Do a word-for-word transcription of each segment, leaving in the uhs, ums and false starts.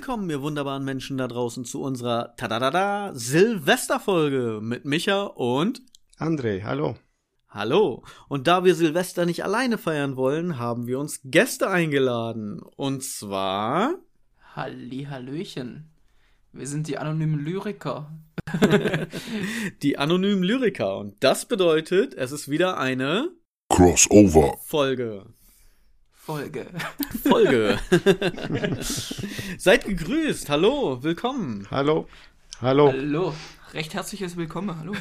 Willkommen, ihr wunderbaren Menschen da draußen, zu unserer Tadadada Silvesterfolge mit Micha und André. Hallo. Hallo. Und da wir Silvester nicht alleine feiern wollen, haben wir uns Gäste eingeladen. Und zwar... Hallihallöchen. Wir sind die anonymen Lyriker. Die anonymen Lyriker. Und das bedeutet, es ist wieder eine... Crossover. Folge. Folge. Folge. Seid gegrüßt. Hallo. Willkommen. Hallo. Hallo. Hallo. Recht herzliches Willkommen. Hallo.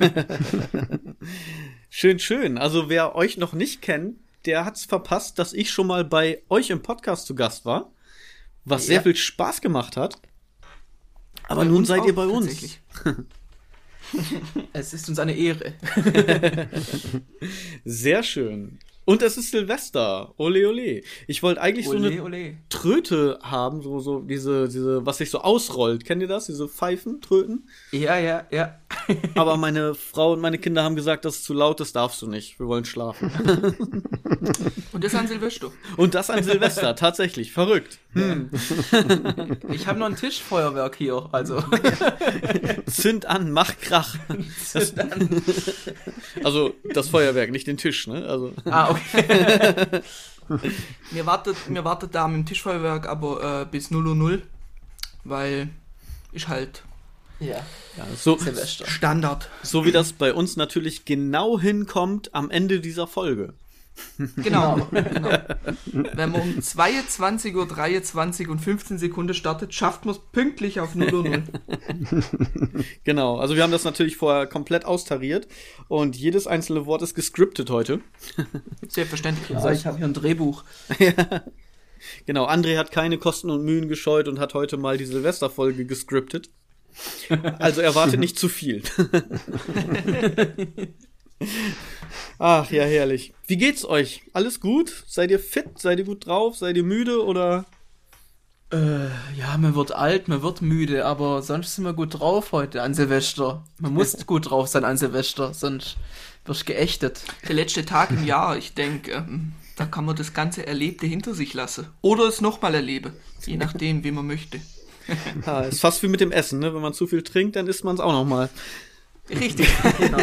Schön, schön. Also wer euch noch nicht kennt, der hat's verpasst, dass ich schon mal bei euch im Podcast zu Gast war, was Ja. sehr viel Spaß gemacht hat. Aber Bei nun uns seid auch, ihr bei uns. tatsächlich. Es ist uns eine Ehre. Sehr schön. Und es ist Silvester. Ole, ole. Ich wollte eigentlich so Ole, eine ole. Tröte haben, so, so diese, diese, was sich so ausrollt. Kennt ihr das? Diese Pfeifen, Tröten? Ja, ja, ja. Aber meine Frau und meine Kinder haben gesagt, das ist zu laut, das darfst du nicht. Wir wollen schlafen. Und das an Silvester. Und das an Silvester, tatsächlich. Verrückt. Hm. Ich habe noch ein Tischfeuerwerk hier, also. Zünd an, mach Krach. Das, also das Feuerwerk, nicht den Tisch, ne? Also. Ah, okay. mir, wartet, mir wartet da mit dem Tischfeuerwerk aber äh, bis null Uhr null, weil ich halt Ja, so, Silvester. Standard. so wie das bei uns natürlich genau hinkommt am Ende dieser Folge. Genau, genau. Wenn man um zweiundzwanzig Uhr dreiundzwanzig und fünfzehn Sekunden startet, schafft man es pünktlich auf null Uhr null. Genau, also wir haben das natürlich vorher komplett austariert und jedes einzelne Wort ist gescriptet heute. Selbstverständlich. Also ich habe hier ein Drehbuch. Genau, André hat keine Kosten und Mühen gescheut und hat heute mal die Silvesterfolge gescriptet. Also erwartet nicht zu viel. Ach ja, herrlich. Wie geht's euch? Alles gut? Seid ihr fit? Seid ihr gut drauf? Seid ihr müde oder? Äh, ja, man wird alt, man wird müde, aber sonst sind wir gut drauf heute an Silvester. Man muss gut drauf sein an Silvester, sonst wirst du geächtet. Der letzte Tag im Jahr, ich denke, ähm, da kann man das ganze Erlebte hinter sich lassen. Oder es nochmal erleben, je nachdem, wie man möchte. Ja, ist fast wie mit dem Essen, ne? Wenn man zu viel trinkt, dann isst man es auch noch mal. Richtig, genau.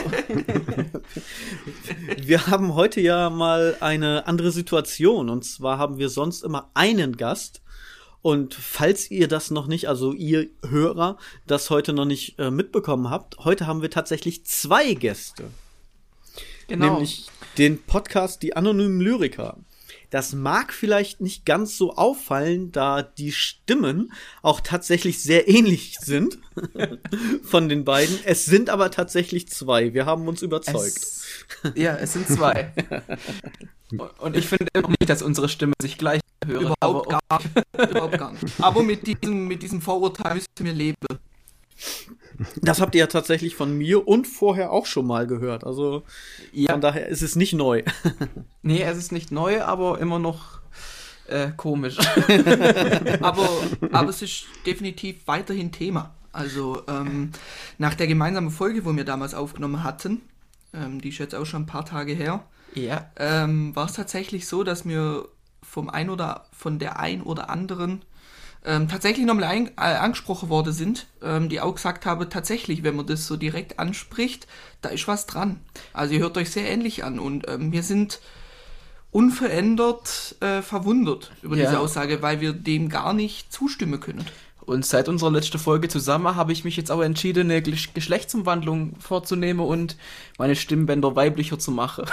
Wir haben heute ja mal eine andere Situation und zwar haben wir sonst immer einen Gast und falls ihr das noch nicht, also ihr Hörer, das heute noch nicht äh, mitbekommen habt, heute haben wir tatsächlich zwei Gäste. Genau. Nämlich den Podcast Die Anonymen Lyriker. Das mag vielleicht nicht ganz so auffallen, da die Stimmen auch tatsächlich sehr ähnlich sind von den beiden. Es sind aber tatsächlich zwei. Wir haben uns überzeugt. Es, ja, es sind zwei. Und ich finde immer noch nicht, dass unsere Stimme sich gleich hören. Überhaupt gar nicht. Überhaupt gar nicht. Aber mit diesem, mit diesem Vorurteil müssen wir leben. Das habt ihr ja tatsächlich von mir und vorher auch schon mal gehört. Also Ja. von daher ist es nicht neu. Nee, es ist nicht neu, aber immer noch äh, komisch. aber, aber es ist definitiv weiterhin Thema. Also ähm, nach der gemeinsamen Folge, wo wir damals aufgenommen hatten, ähm, die ist jetzt auch schon ein paar Tage her, Ja. ähm, war es tatsächlich so, dass wir vom ein oder von der ein oder anderen ähm, tatsächlich nochmal ein, äh, angesprochen worden sind, ähm, die auch gesagt haben, tatsächlich, wenn man das so direkt anspricht, da ist was dran. Also ihr hört euch sehr ähnlich an und ähm, wir sind unverändert äh, verwundert über Ja. diese Aussage, weil wir dem gar nicht zustimmen können. Und seit unserer letzten Folge zusammen habe ich mich jetzt aber entschieden, eine Gesch- Geschlechtsumwandlung vorzunehmen und meine Stimmbänder weiblicher zu machen.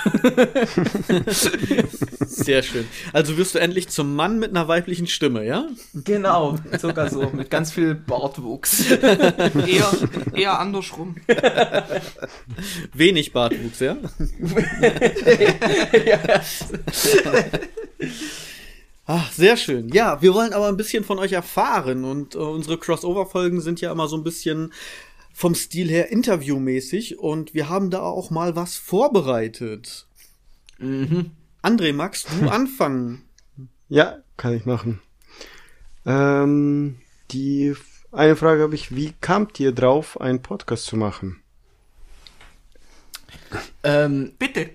Sehr schön. Also wirst du endlich zum Mann mit einer weiblichen Stimme, ja? Genau, sogar so, mit ganz viel Bartwuchs. Eher, eher andersrum. Wenig Bartwuchs, ja? Ach, sehr schön. Ja, wir wollen aber ein bisschen von euch erfahren und äh, unsere Crossover-Folgen sind ja immer so ein bisschen vom Stil her interviewmäßig und wir haben da auch mal was vorbereitet. Mhm. André, magst du anfangen? Ja, kann ich machen. Ähm, die eine Frage habe ich, wie kamt ihr drauf, einen Podcast zu machen? Ähm, Bitte.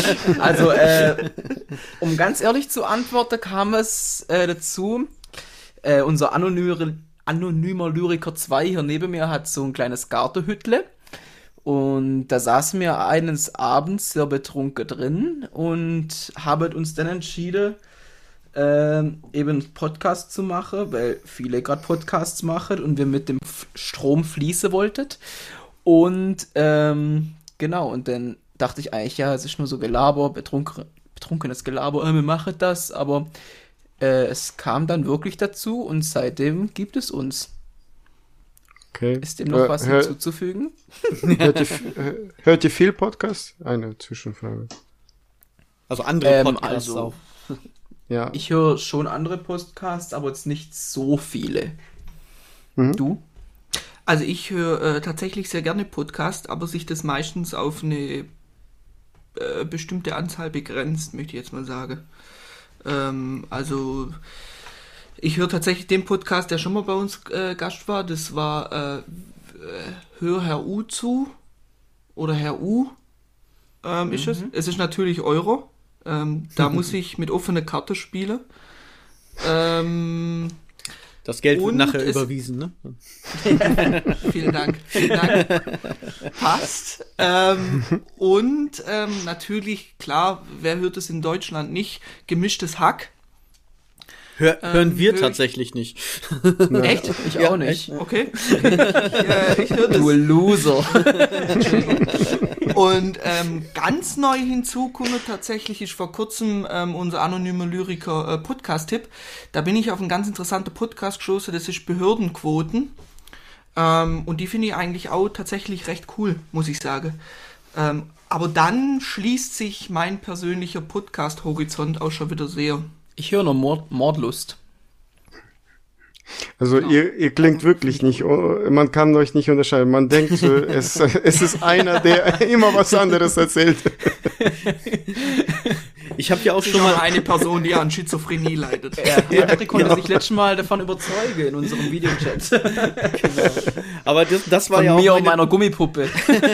also, äh, um ganz ehrlich zu antworten, kam es äh, dazu, Äh, unser anonymer, anonymer Lyriker zwei hier neben mir hat so ein kleines Gartenhüttle. Und da saßen wir eines Abends sehr betrunken drin und haben uns dann entschieden, äh, eben einen Podcast zu machen, weil viele gerade Podcasts machen und wir mit dem F- Strom fließen wollten. Und ähm, genau, und dann dachte ich eigentlich, ja, es ist nur so Gelaber, betrunken, betrunkenes Gelaber, äh, wir machen das, aber äh, es kam dann wirklich dazu und seitdem gibt es uns. Okay. Ist dem noch Hör- was hör- hinzuzufügen? Hört ihr, f- äh, hört ihr viel Podcast? Eine Zwischenfrage. Also andere Ähm, Podcasts also- auch. Ja. Ich höre schon andere Podcasts, aber jetzt nicht so viele. Mhm. Du? Also ich höre äh, tatsächlich sehr gerne Podcast, aber sich das meistens auf eine äh, bestimmte Anzahl begrenzt, möchte ich jetzt mal sagen. Ähm, also ich höre tatsächlich den Podcast, der schon mal bei uns äh, Gast war. Das war äh, äh, Hör Herr U zu oder Herr U ähm, ist es. Es ist natürlich Euro. Ähm, da muss ich mit offener Karte spielen. Ähm, Das Geld wird Und nachher es- überwiesen, ne? Vielen Dank, vielen Dank. Passt. Ähm, und ähm, natürlich, klar, wer hört es in Deutschland nicht? Gemischtes Hack. Hör, hören Ähm, wir hör ich- tatsächlich nicht. Echt? Ich Ja, auch nicht. Okay. Ich, äh, ich höre Du das. Loser. Und ähm, ganz neu hinzukommen tatsächlich ist vor kurzem ähm, unser anonymer Lyriker äh, Podcast-Tipp. Da bin ich auf einen ganz interessanten Podcast gestoßen, das ist Behördenquoten. Ähm, und die finde ich eigentlich auch tatsächlich recht cool, muss ich sagen. Ähm, aber dann schließt sich mein persönlicher Podcast-Horizont auch schon wieder sehr. Ich höre nur Mord, Mordlust. Also ihr, ihr klingt wirklich nicht, oh, man kann euch nicht unterscheiden. Man denkt, so, es, es ist einer, der immer was anderes erzählt. Ich habe ja auch Ich schon habe mal eine Person, die an Schizophrenie leidet. Ja, Patrick konnte sich letztes Mal davon überzeugen in unserem Videochat. Aber das, das war Von ja auch mir und meine, meiner Gummipuppe.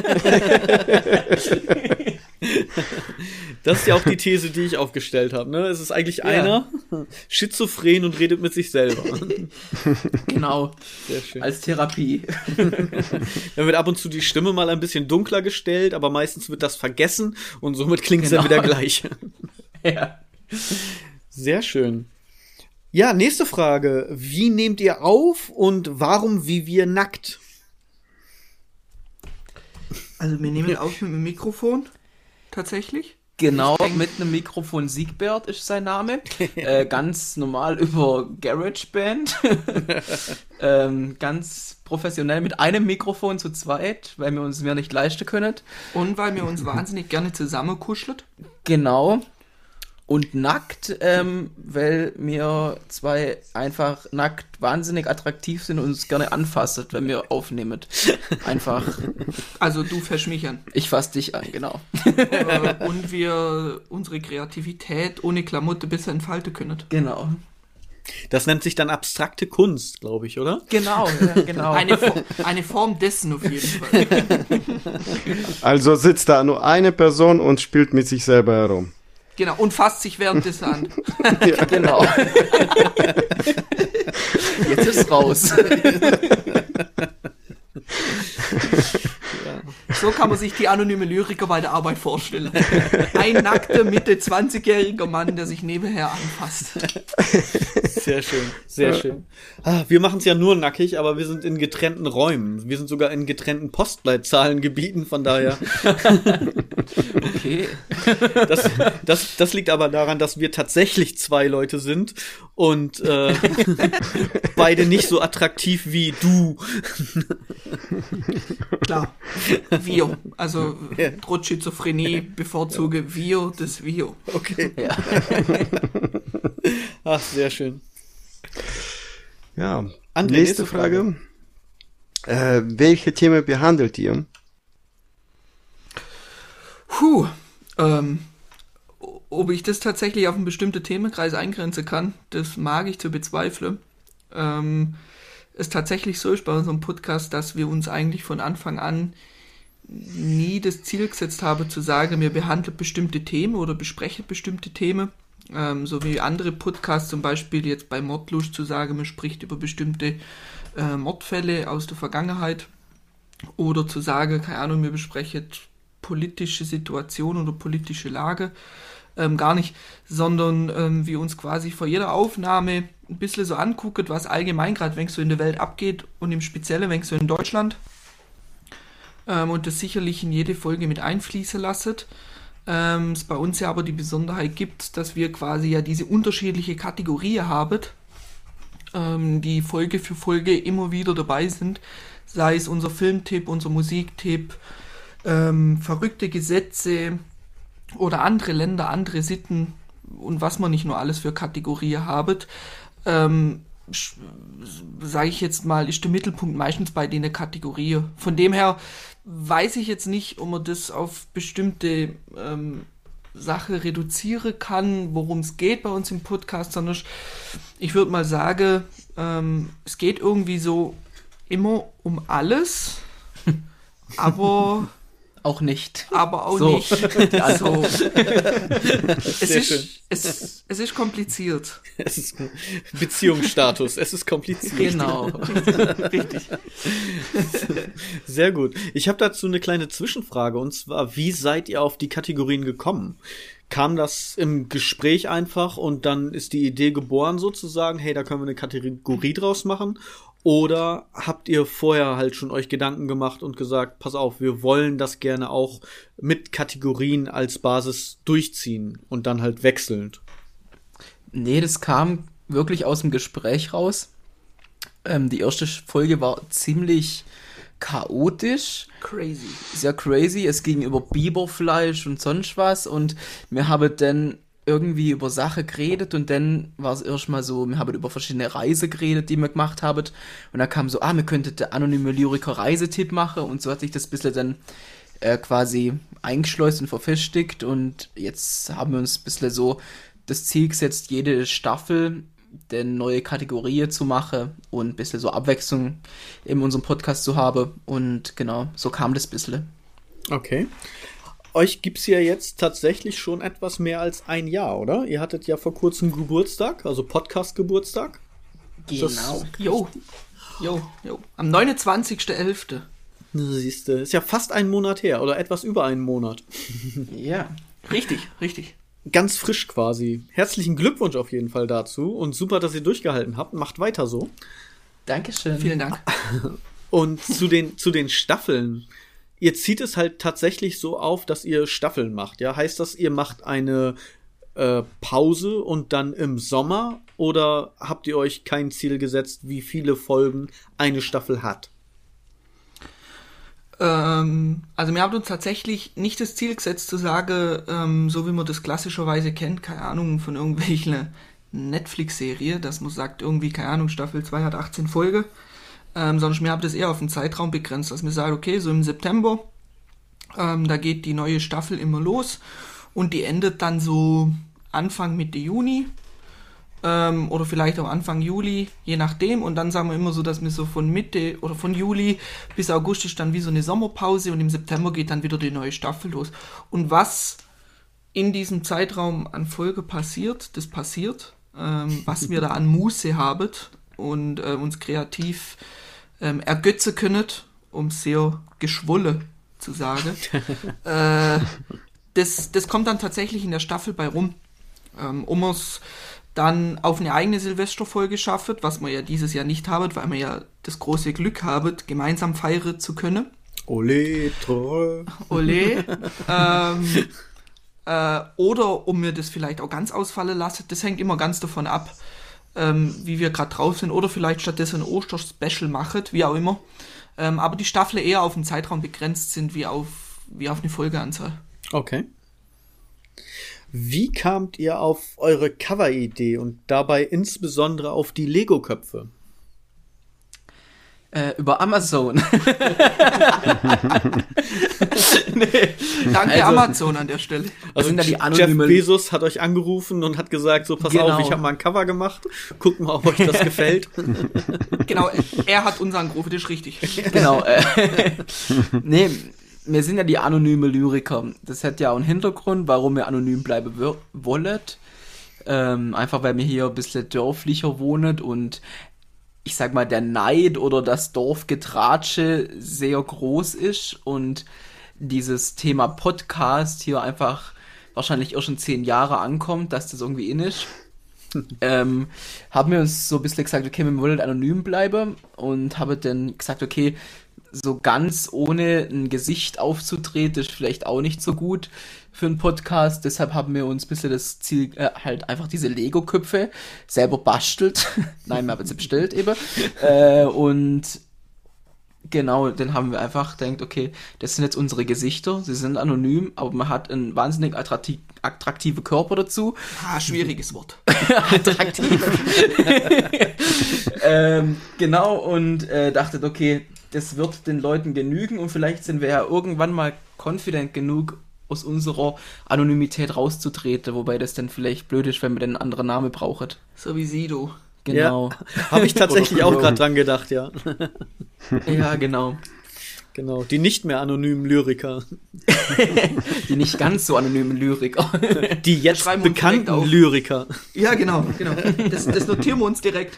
das ist ja auch die These, die ich aufgestellt habe. Ne? Es ist eigentlich einer schizophren und redet mit sich selber. Genau. Sehr schön. Als Therapie. Dann wird ab und zu die Stimme mal ein bisschen dunkler gestellt, aber meistens wird das vergessen und somit klingt es Genau. dann wieder gleich. Ja. Sehr schön. Ja, nächste Frage. Wie nehmt ihr auf und warum wie wir nackt? Also wir nehmen auf mit dem Mikrofon, tatsächlich. Genau, mit einem Mikrofon Siegbert ist sein Name. äh, ganz normal über GarageBand. ähm, ganz professionell mit einem Mikrofon zu zweit, weil wir uns mehr nicht leisten können. Und weil wir uns wahnsinnig gerne zusammenkuschelt. Genau. Und nackt, ähm, weil wir zwei einfach nackt wahnsinnig attraktiv sind und uns gerne anfassen, wenn wir aufnehmen. Einfach, Also du fährst mich an. ich fass dich an, genau. äh, und wir unsere Kreativität ohne Klamotte besser entfalten können. Genau. Das nennt sich dann abstrakte Kunst, glaube ich, oder? Genau, ja, genau. Eine, Fo- eine Form dessen auf jeden Fall. Also sitzt da nur eine Person und spielt mit sich selber herum. Genau, und fasst sich währenddessen an. Genau. Jetzt ist raus. So kann man sich die anonyme Lyriker bei der Arbeit vorstellen. Ein nackter, Mitte zwanzigjähriger Mann, der sich nebenher anfasst. Sehr schön, sehr schön. Ah, wir machen es ja nur nackig, aber wir sind in getrennten Räumen. Wir sind sogar in getrennten Postleitzahlengebieten, von daher. Okay. Das, das, das liegt aber daran, dass wir tatsächlich zwei Leute sind und äh, beide nicht so attraktiv wie du. Klar. Wir. Also Ja. trotz Schizophrenie bevorzuge wir das Wir. Okay. Ja. Ach, sehr schön. Ja, André, nächste, nächste Frage. Äh, welche Themen behandelt ihr? Puh. Ähm, ob ich das tatsächlich auf einen bestimmten Themenkreis eingrenzen kann, das mag ich zu bezweifeln. Ähm, es tatsächlich so ist bei unserem Podcast, dass wir uns eigentlich von Anfang an nie das Ziel gesetzt haben, zu sagen, wir behandeln bestimmte Themen oder besprechen bestimmte Themen. Ähm, so wie andere Podcasts, zum Beispiel jetzt bei Mordlust zu sagen, man spricht über bestimmte äh, Mordfälle aus der Vergangenheit. Oder zu sagen, keine Ahnung, wir besprechen politische Situation oder politische Lage. Ähm, gar nicht, sondern ähm, wir uns quasi vor jeder Aufnahme ein bisschen so angucken, was allgemein gerade, wenn es so in der Welt abgeht und im Speziellen, wenn es so in Deutschland. Ähm, und das sicherlich in jede Folge mit einfließen lassen. Ähm, es bei uns ja aber die Besonderheit gibt, dass wir quasi ja diese unterschiedliche Kategorien haben, ähm, die Folge für Folge immer wieder dabei sind. Sei es unser Filmtipp, unser Musiktipp, ähm, verrückte Gesetze oder andere Länder, andere Sitten und was man nicht nur alles für Kategorien haben. Ähm, sage ich jetzt mal, ist der Mittelpunkt meistens bei den Kategorien. Von dem her weiß ich jetzt nicht, ob man das auf bestimmte ähm, Sachen reduzieren kann, worum es geht bei uns im Podcast, sondern ich würde mal sagen, ähm, es geht irgendwie so immer um alles, aber auch nicht. Aber auch so. nicht. Also, es, Sehr ist, schön. es, es ist kompliziert. Es ist Beziehungsstatus, es ist kompliziert. Genau. Richtig. Sehr gut. Ich habe dazu eine kleine Zwischenfrage, und zwar, wie seid ihr auf die Kategorien gekommen? Kam das im Gespräch einfach und dann ist die Idee geboren sozusagen, hey, da können wir eine Kategorie draus machen? Oder habt ihr vorher halt schon euch Gedanken gemacht und gesagt, pass auf, wir wollen das gerne auch mit Kategorien als Basis durchziehen und dann halt wechselnd? Nee, das kam wirklich aus dem Gespräch raus. Ähm, die erste Folge war ziemlich chaotisch. Crazy. Sehr crazy. Es ging über Biberfleisch und sonst was und wir haben dann irgendwie über Sachen geredet und dann war es erstmal so, wir haben über verschiedene Reisen geredet, die wir gemacht haben und da kam so, ah, wir könnten der anonyme Lyriker Reisetipp machen und so hat sich das ein bisschen dann äh, quasi eingeschleust und verfestigt und jetzt haben wir uns ein bisschen so das Ziel gesetzt, jede Staffel denn neue Kategorien zu machen und ein bisschen so Abwechslung in unserem Podcast zu haben und genau, so kam das ein bisschen. Okay. Euch gibt's ja jetzt tatsächlich schon etwas mehr als ein Jahr, oder? Ihr hattet ja vor kurzem Geburtstag, also Podcast-Geburtstag. Genau. Jo, jo, jo. Am neunundzwanzigsten elften Siehst du, ist ja fast ein Monat her oder etwas über einen Monat. Ja. Richtig, richtig. Ganz frisch quasi. Herzlichen Glückwunsch auf jeden Fall dazu und super, dass ihr durchgehalten habt. Macht weiter so. Dankeschön. Vielen Dank. Und zu den, zu den Staffeln. Ihr zieht es halt tatsächlich so auf, dass ihr Staffeln macht, ja? Heißt das, ihr macht eine äh, Pause und dann im Sommer? Oder habt ihr euch kein Ziel gesetzt, wie viele Folgen eine Staffel hat? Ähm, also wir haben uns tatsächlich nicht das Ziel gesetzt zu sagen, ähm, so wie man das klassischerweise kennt, keine Ahnung, von irgendwelchen Netflix-Serie, dass man sagt, irgendwie, keine Ahnung, Staffel zwei hat achtzehn Folgen. Ähm, sondern wir haben das eher auf den Zeitraum begrenzt, dass wir sagen, okay, so im September, ähm, da geht die neue Staffel immer los und die endet dann so Anfang Mitte Juni ähm, oder vielleicht auch Anfang Juli, je nachdem und dann sagen wir immer so, dass wir so von Mitte oder von Juli bis August ist dann wie so eine Sommerpause und im September geht dann wieder die neue Staffel los. Und was in diesem Zeitraum an Folge passiert, das passiert, ähm, was wir da an Muße haben und äh, uns kreativ ähm, ergötzen können, um sehr geschwollen zu sagen. äh, das, das kommt dann tatsächlich in der Staffel bei rum. Ähm, um es dann auf eine eigene Silvesterfolge schaffen, was wir ja dieses Jahr nicht haben, weil wir ja das große Glück haben, gemeinsam feiern zu können. Ole, toll. Ole. ähm, äh, oder um mir das vielleicht auch ganz ausfallen lassen, das hängt immer ganz davon ab, Ähm, wie wir gerade drauf sind, oder vielleicht stattdessen ein Oster-Special machen, wie auch immer. Ähm, aber die Staffeln eher auf den Zeitraum begrenzt sind, wie auf, wie auf eine Folgeanzahl. Okay. Wie kamt ihr auf eure Cover-Idee und dabei insbesondere auf die Lego-Köpfe? Äh, über Amazon. nee, danke Also, Amazon an der Stelle. Also sind da die Jeff anonyme- Bezos hat euch angerufen und hat gesagt, so pass Genau. auf, ich habe mal ein Cover gemacht, guckt mal, ob euch das gefällt. Genau, er hat uns angerufen, das ist richtig. Genau. Äh, nee, wir sind ja die anonyme Lyriker. Das hat ja auch einen Hintergrund, warum wir anonym bleiben wir- wollen. Ähm, einfach weil wir hier ein bisschen dörflicher wohnen und ich sag mal, der Neid oder das Dorfgetratsche sehr groß ist und dieses Thema Podcast hier einfach wahrscheinlich auch schon zehn Jahre ankommt, dass das irgendwie in ist. ähm, haben wir uns so ein bisschen gesagt, okay, wir wollen anonym bleiben und habe dann gesagt, okay, so ganz ohne ein Gesicht aufzutreten ist vielleicht auch nicht so gut für einen Podcast. Deshalb haben wir uns ein bisschen das Ziel, äh, halt einfach diese Lego-Köpfe selber bastelt. Nein, wir haben sie bestellt eben. äh, und genau, dann haben wir einfach gedacht, okay, das sind jetzt unsere Gesichter, sie sind anonym, aber man hat einen wahnsinnig attraktiv, attraktive Körper dazu. Ah, schwieriges Wort. Attraktiv. ähm, genau, und äh, dachte, okay, das wird den Leuten genügen und vielleicht sind wir ja irgendwann mal confident genug, aus unserer Anonymität rauszutreten, wobei das dann vielleicht blöd ist, wenn man den einen anderen Namen braucht. So wie Sido. Genau. Ja, habe ich tatsächlich auch gerade dran gedacht, ja. Ja, genau. Genau, die nicht mehr anonymen Lyriker. Die nicht ganz so anonymen Lyriker. Die jetzt bekannten Lyriker. Ja, genau, genau. Das, das notieren wir uns direkt.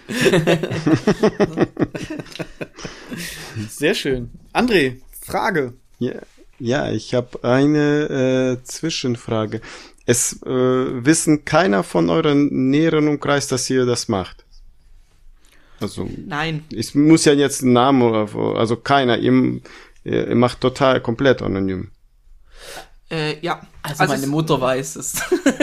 Sehr schön. André, Frage. Ja, ja ich habe eine äh, Zwischenfrage. Es äh, wissen keiner von euren näheren Umkreis, dass ihr das macht. Also, nein. Es muss ja jetzt ein Name oder, also keiner, ihr, ihr macht total komplett anonym. Äh, ja. Also, also meine Mutter weiß es.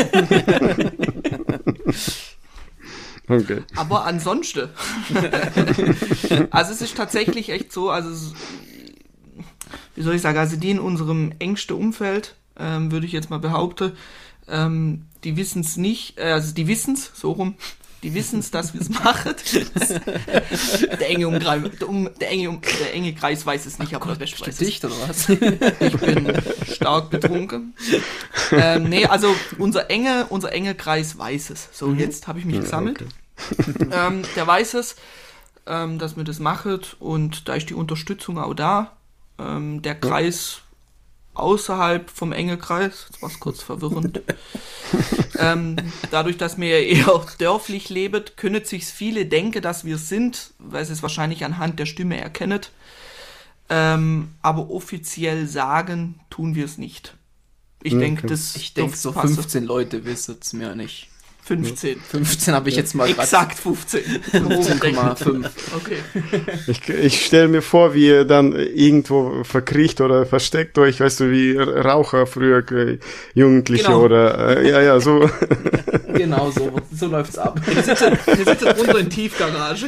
Okay. Aber ansonsten. Also es ist tatsächlich echt so, also es, wie soll ich sagen, also die in unserem engsten Umfeld, ähm, würde ich jetzt mal behaupten, ähm, die wissen es nicht, äh, also die wissen es, so rum, die wissen es, dass wir es machen. Der enge, Umkreis, der, um, der, enge, um, der enge Kreis weiß es nicht, aber oh der Rest weiß es. Dicht, oder was? Ich bin stark betrunken. Ähm, nee, also unser enge, unser enge Kreis weiß es. So, mhm. Jetzt habe ich mich ja, gesammelt. Okay. ähm, der weiß es, ähm, dass wir das machen und da ist die Unterstützung auch da. Ähm, der Kreis außerhalb vom engen Kreis, das war kurz verwirrend. ähm, dadurch, dass wir eher dörflich leben, können sich viele denken, dass wir sind, weil sie es wahrscheinlich anhand der Stimme erkennen. Ähm, aber offiziell sagen tun wir es nicht. Ich Okay. denke, das Ich denke, so passen. fünfzehn Leute wissen es mir nicht. fünfzehn. fünfzehn habe ich jetzt mal Exakt fünfzehn. fünfzehn Komma fünf. Okay. Ich, ich stelle mir vor, wie ihr dann irgendwo verkriecht oder versteckt euch, weißt du, wie Raucher früher, äh, Jugendliche Genau. oder, äh, ja, ja, so. Genau, so, so läuft's ab. Wir sitzen, wir sitzen runter in Tiefgarage.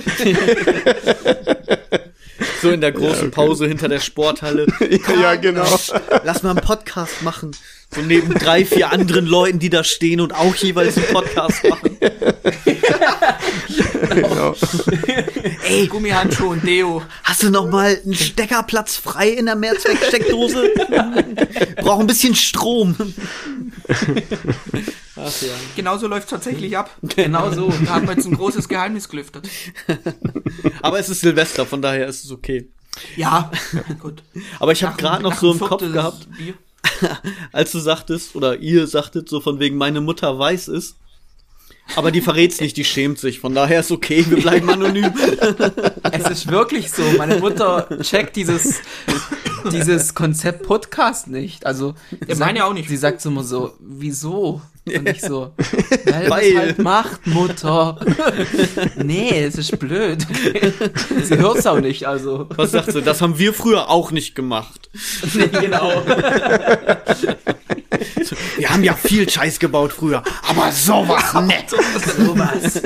So in der großen Pause hinter der Sporthalle. Ja, genau. Lass mal einen Podcast machen. So neben drei, vier anderen Leuten, die da stehen und auch jeweils einen Podcast machen. Genau. Ey, Gummihandschuhe und Deo. Hast du noch mal einen Steckerplatz frei in der Mehrzwecksteckdose? Brauch ein bisschen Strom. Ach ja. Genauso läuft es tatsächlich ab. Genau so. Da haben wir jetzt ein großes Geheimnis gelüftet. Aber es ist Silvester, von daher ist es okay. Ja, gut. Aber ich habe Nach- gerade noch nach so dem im Kopf Viertel gehabt, Bier. als du sagtest, oder ihr sagtet, so von wegen, meine Mutter weiß es. Aber die verrät's nicht, die schämt sich. Von daher ist okay, wir bleiben anonym. Es ist wirklich so. Meine Mutter checkt dieses, dieses Konzept Podcast nicht. Also, Ja, sie meine sagt- auch nicht. Sie sagt so immer so, wieso? Und ich so, weil, Weil. was halt macht, Mutter. Nee, es ist blöd. Sie hört's auch nicht, also. Was sagt sie? Das haben wir früher auch nicht gemacht. Nee, genau. Wir haben ja viel Scheiß gebaut früher, aber sowas nicht. Sowas.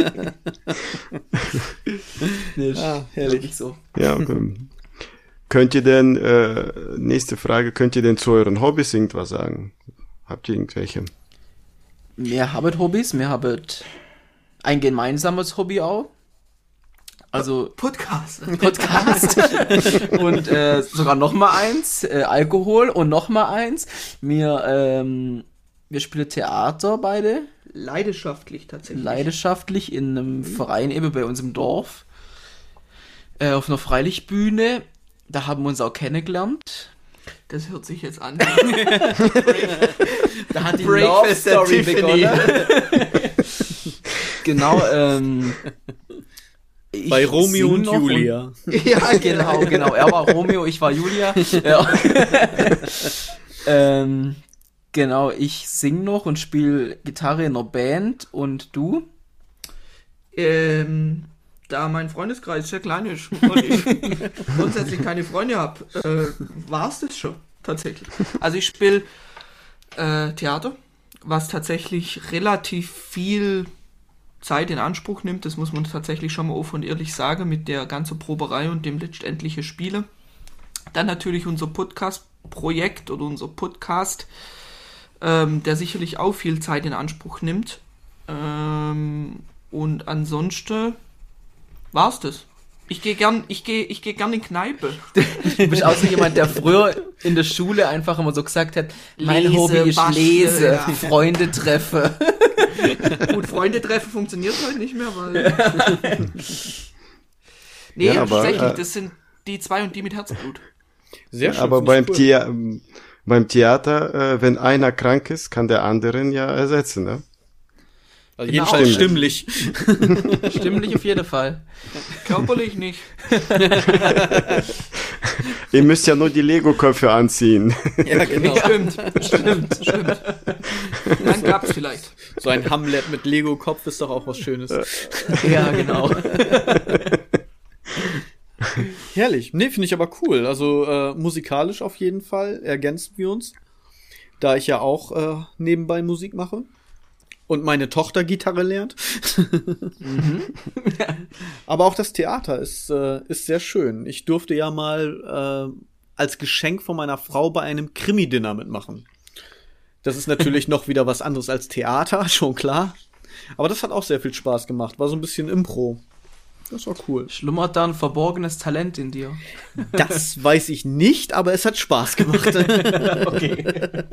Nee, Ah, herrlich herrlich. so. Ja, okay. Könnt ihr denn, äh, nächste Frage, könnt ihr denn zu euren Hobbys irgendwas sagen? Habt ihr irgendwelche? Wir haben Hobbys, wir haben ein gemeinsames Hobby auch. Also Podcast. Podcast und äh, sogar noch mal eins, äh, Alkohol und noch mal eins. Wir, ähm, wir spielen Theater beide, Leidenschaftlich tatsächlich. leidenschaftlich in einem Verein eben bei uns im Dorf, äh, auf einer Freilichtbühne. Da haben wir uns auch kennengelernt. Das hört sich jetzt an. Da hat die Breakfast Love Story at Tiffany. begonnen. Genau, ähm... Bei Romeo und Julia. Und, ja, genau, genau. Er war Romeo, ich war Julia. Ja. ähm, genau, ich sing noch und spiele Gitarre in einer Band. Und du? Ähm, da mein Freundeskreis sehr klein ist und ich grundsätzlich keine Freunde habe, äh, war es das schon, tatsächlich. Also ich spiele äh, Theater, was tatsächlich relativ viel Zeit in Anspruch nimmt, das muss man tatsächlich schon mal offen und ehrlich sagen, mit der ganzen Proberei und dem letztendlichen Spiele. Dann natürlich unser Podcast-Projekt oder unser Podcast, ähm, der sicherlich auch viel Zeit in Anspruch nimmt. Ähm, und ansonsten war's das. Ich gehe gern, ich gehe, ich gehe gern in Kneipe. Du bist auch so jemand, der früher in der Schule einfach immer so gesagt hat, mein Lese, Hobby ist bastle, Lese, ja. Freunde treffe. Gut, Freunde treffen funktioniert heute nicht mehr, weil... nee, Ja, aber, tatsächlich, äh, das sind die zwei und die mit Herzblut. Sehr schön. Aber finde ich beim, cool. Thea beim Theater, äh, wenn einer krank ist, kann der anderen ja ersetzen, ne? Also Genau. jedenfalls stimmlich. Stimmlich auf jeden Fall. Körperlich nicht. Ihr müsst ja nur die Lego-Köpfe anziehen. Ja, genau. Stimmt, stimmt, stimmt. Dann gab's vielleicht. So ein Hamlet mit Lego-Kopf ist doch auch was Schönes. Ja, genau. Herrlich. Nee, finde ich aber cool. Also äh, musikalisch auf jeden Fall ergänzen wir uns. Da ich ja auch äh, nebenbei Musik mache. Und meine Tochter Gitarre lernt. Mhm. Aber auch das Theater ist, äh, ist sehr schön. Ich durfte ja mal äh, als Geschenk von meiner Frau bei einem Krimi-Dinner mitmachen. Das ist natürlich noch wieder was anderes als Theater, schon klar. Aber das hat auch sehr viel Spaß gemacht. War so ein bisschen Impro. Das war cool. Schlummert da ein verborgenes Talent in dir? Das weiß ich nicht, aber es hat Spaß gemacht. Okay.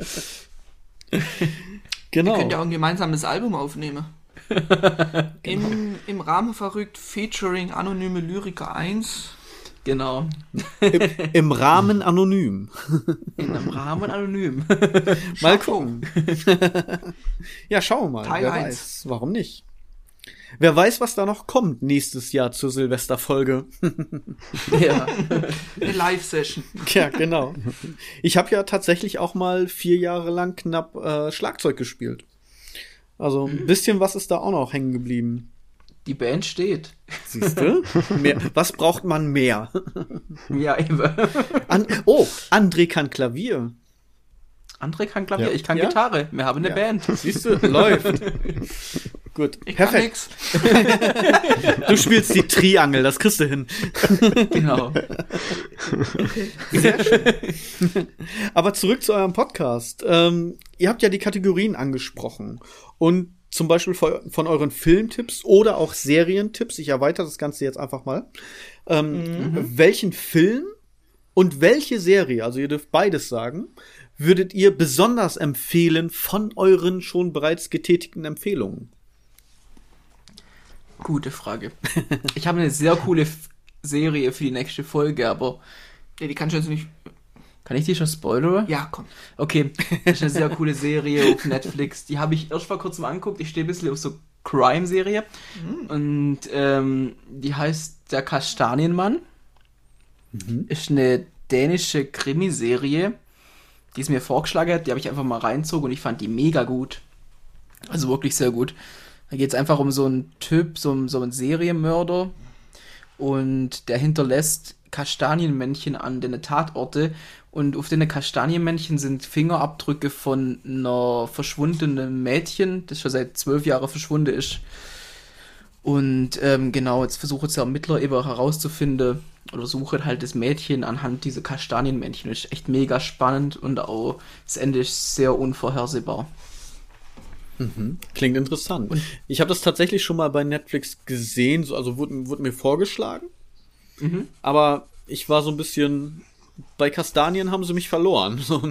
Genau. Wir können ja auch ein gemeinsames Album aufnehmen. Im, Im Rahmen verrückt Featuring Anonyme Lyriker eins. Genau. Im, Im Rahmen anonym. In einem Rahmen anonym. Mal gucken. Ja, schauen wir mal. Teil Wer eins. weiß. Warum nicht? Wer weiß, was da noch kommt nächstes Jahr zur Silvesterfolge. Ja. Eine Live-Session. Ja, genau. Ich habe ja tatsächlich auch mal vier Jahre lang knapp äh, Schlagzeug gespielt. Also ein bisschen was ist da auch noch hängen geblieben. Die Band steht. Siehst du? Mehr, was braucht man mehr? Ja, eben. An, oh, André kann Klavier. André kann Klavier, Ja. ich kann Ja? Gitarre. Wir haben eine Ja. Band. Siehst du? Läuft. Gut, Ich kann perfekt. nix. Du spielst die Triangel, das kriegst du hin. Genau. Sehr schön. Aber zurück zu eurem Podcast. Ähm, ihr habt ja die Kategorien angesprochen. Und zum Beispiel von, von euren Filmtipps oder auch Serientipps, ich erweitere das Ganze jetzt einfach mal. Ähm, mhm. Welchen Film und welche Serie, also ihr dürft beides sagen, würdet ihr besonders empfehlen von euren schon bereits getätigten Empfehlungen? Gute Frage. Ich habe eine sehr coole F- Serie für die nächste Folge, aber Ja, die kannst du jetzt nicht. kann ich die schon spoilern? Ja, komm. Okay, das ist eine sehr coole Serie auf Netflix. Die habe ich erst vor kurzem angeguckt. Ich stehe ein bisschen auf so Crime-Serie. Mhm. Und ähm, die heißt Der Kastanienmann. Mhm. Ist eine dänische Krimiserie, die es mir vorgeschlagen hat. Die habe ich einfach mal reinzogen und ich fand die mega gut. Also wirklich sehr gut. Da geht es einfach um so einen Typ, so, so einen Serienmörder. Und der hinterlässt Kastanienmännchen an den Tatorte. Und auf den Kastanienmännchen sind Fingerabdrücke von einer verschwundenen Mädchen, das schon seit zwölf Jahren verschwunden ist. Und ähm, genau, jetzt versucht jetzt der Ermittler eben herauszufinden, oder sucht halt das Mädchen anhand dieser Kastanienmännchen. Das ist echt mega spannend und auch das Ende ist sehr unvorhersehbar. Mhm. Klingt interessant. Und ich habe das tatsächlich schon mal bei Netflix gesehen, so, also wurde, wurde mir vorgeschlagen. Mhm. Aber ich war so ein bisschen, bei Kastanien haben sie mich verloren. So.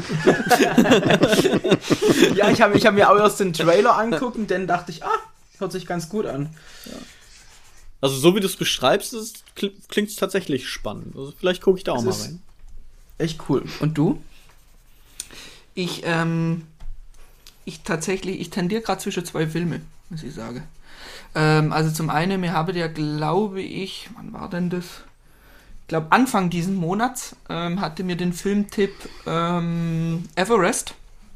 Ja, ich habe ich hab mir auch erst den Trailer angeguckt und dann dachte ich, ah, hört sich ganz gut an. Ja. Also so wie du es beschreibst, ist, klingt es tatsächlich spannend. Also vielleicht gucke ich da auch das mal rein. Echt cool. Und du? Ich, ähm, ich tatsächlich, ich tendiere gerade zwischen zwei Filme, muss ich sagen. Ähm, also zum einen, wir haben ja, glaube ich, wann war denn das? Ich glaube, Anfang diesen Monats ähm, hatte mir den Filmtipp ähm, Everest.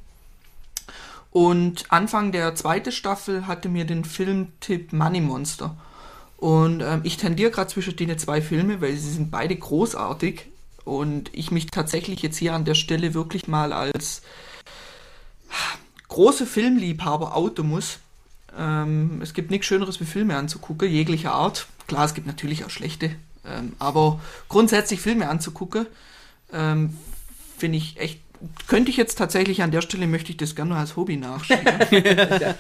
Und Anfang der zweiten Staffel hatte mir den Filmtipp Money Monster. Und ähm, ich tendiere gerade zwischen den zwei Filme, weil sie sind beide großartig. Und ich mich tatsächlich jetzt hier an der Stelle wirklich mal als große Filmliebhaber outen muss. Ähm, es gibt nichts Schöneres wie Filme anzugucken, jeglicher Art. Klar, es gibt natürlich auch schlechte. Ähm, aber grundsätzlich Filme anzugucken, ähm, finde ich echt, könnte ich jetzt tatsächlich an der Stelle, möchte ich das gerne noch als Hobby nachschieben. äh,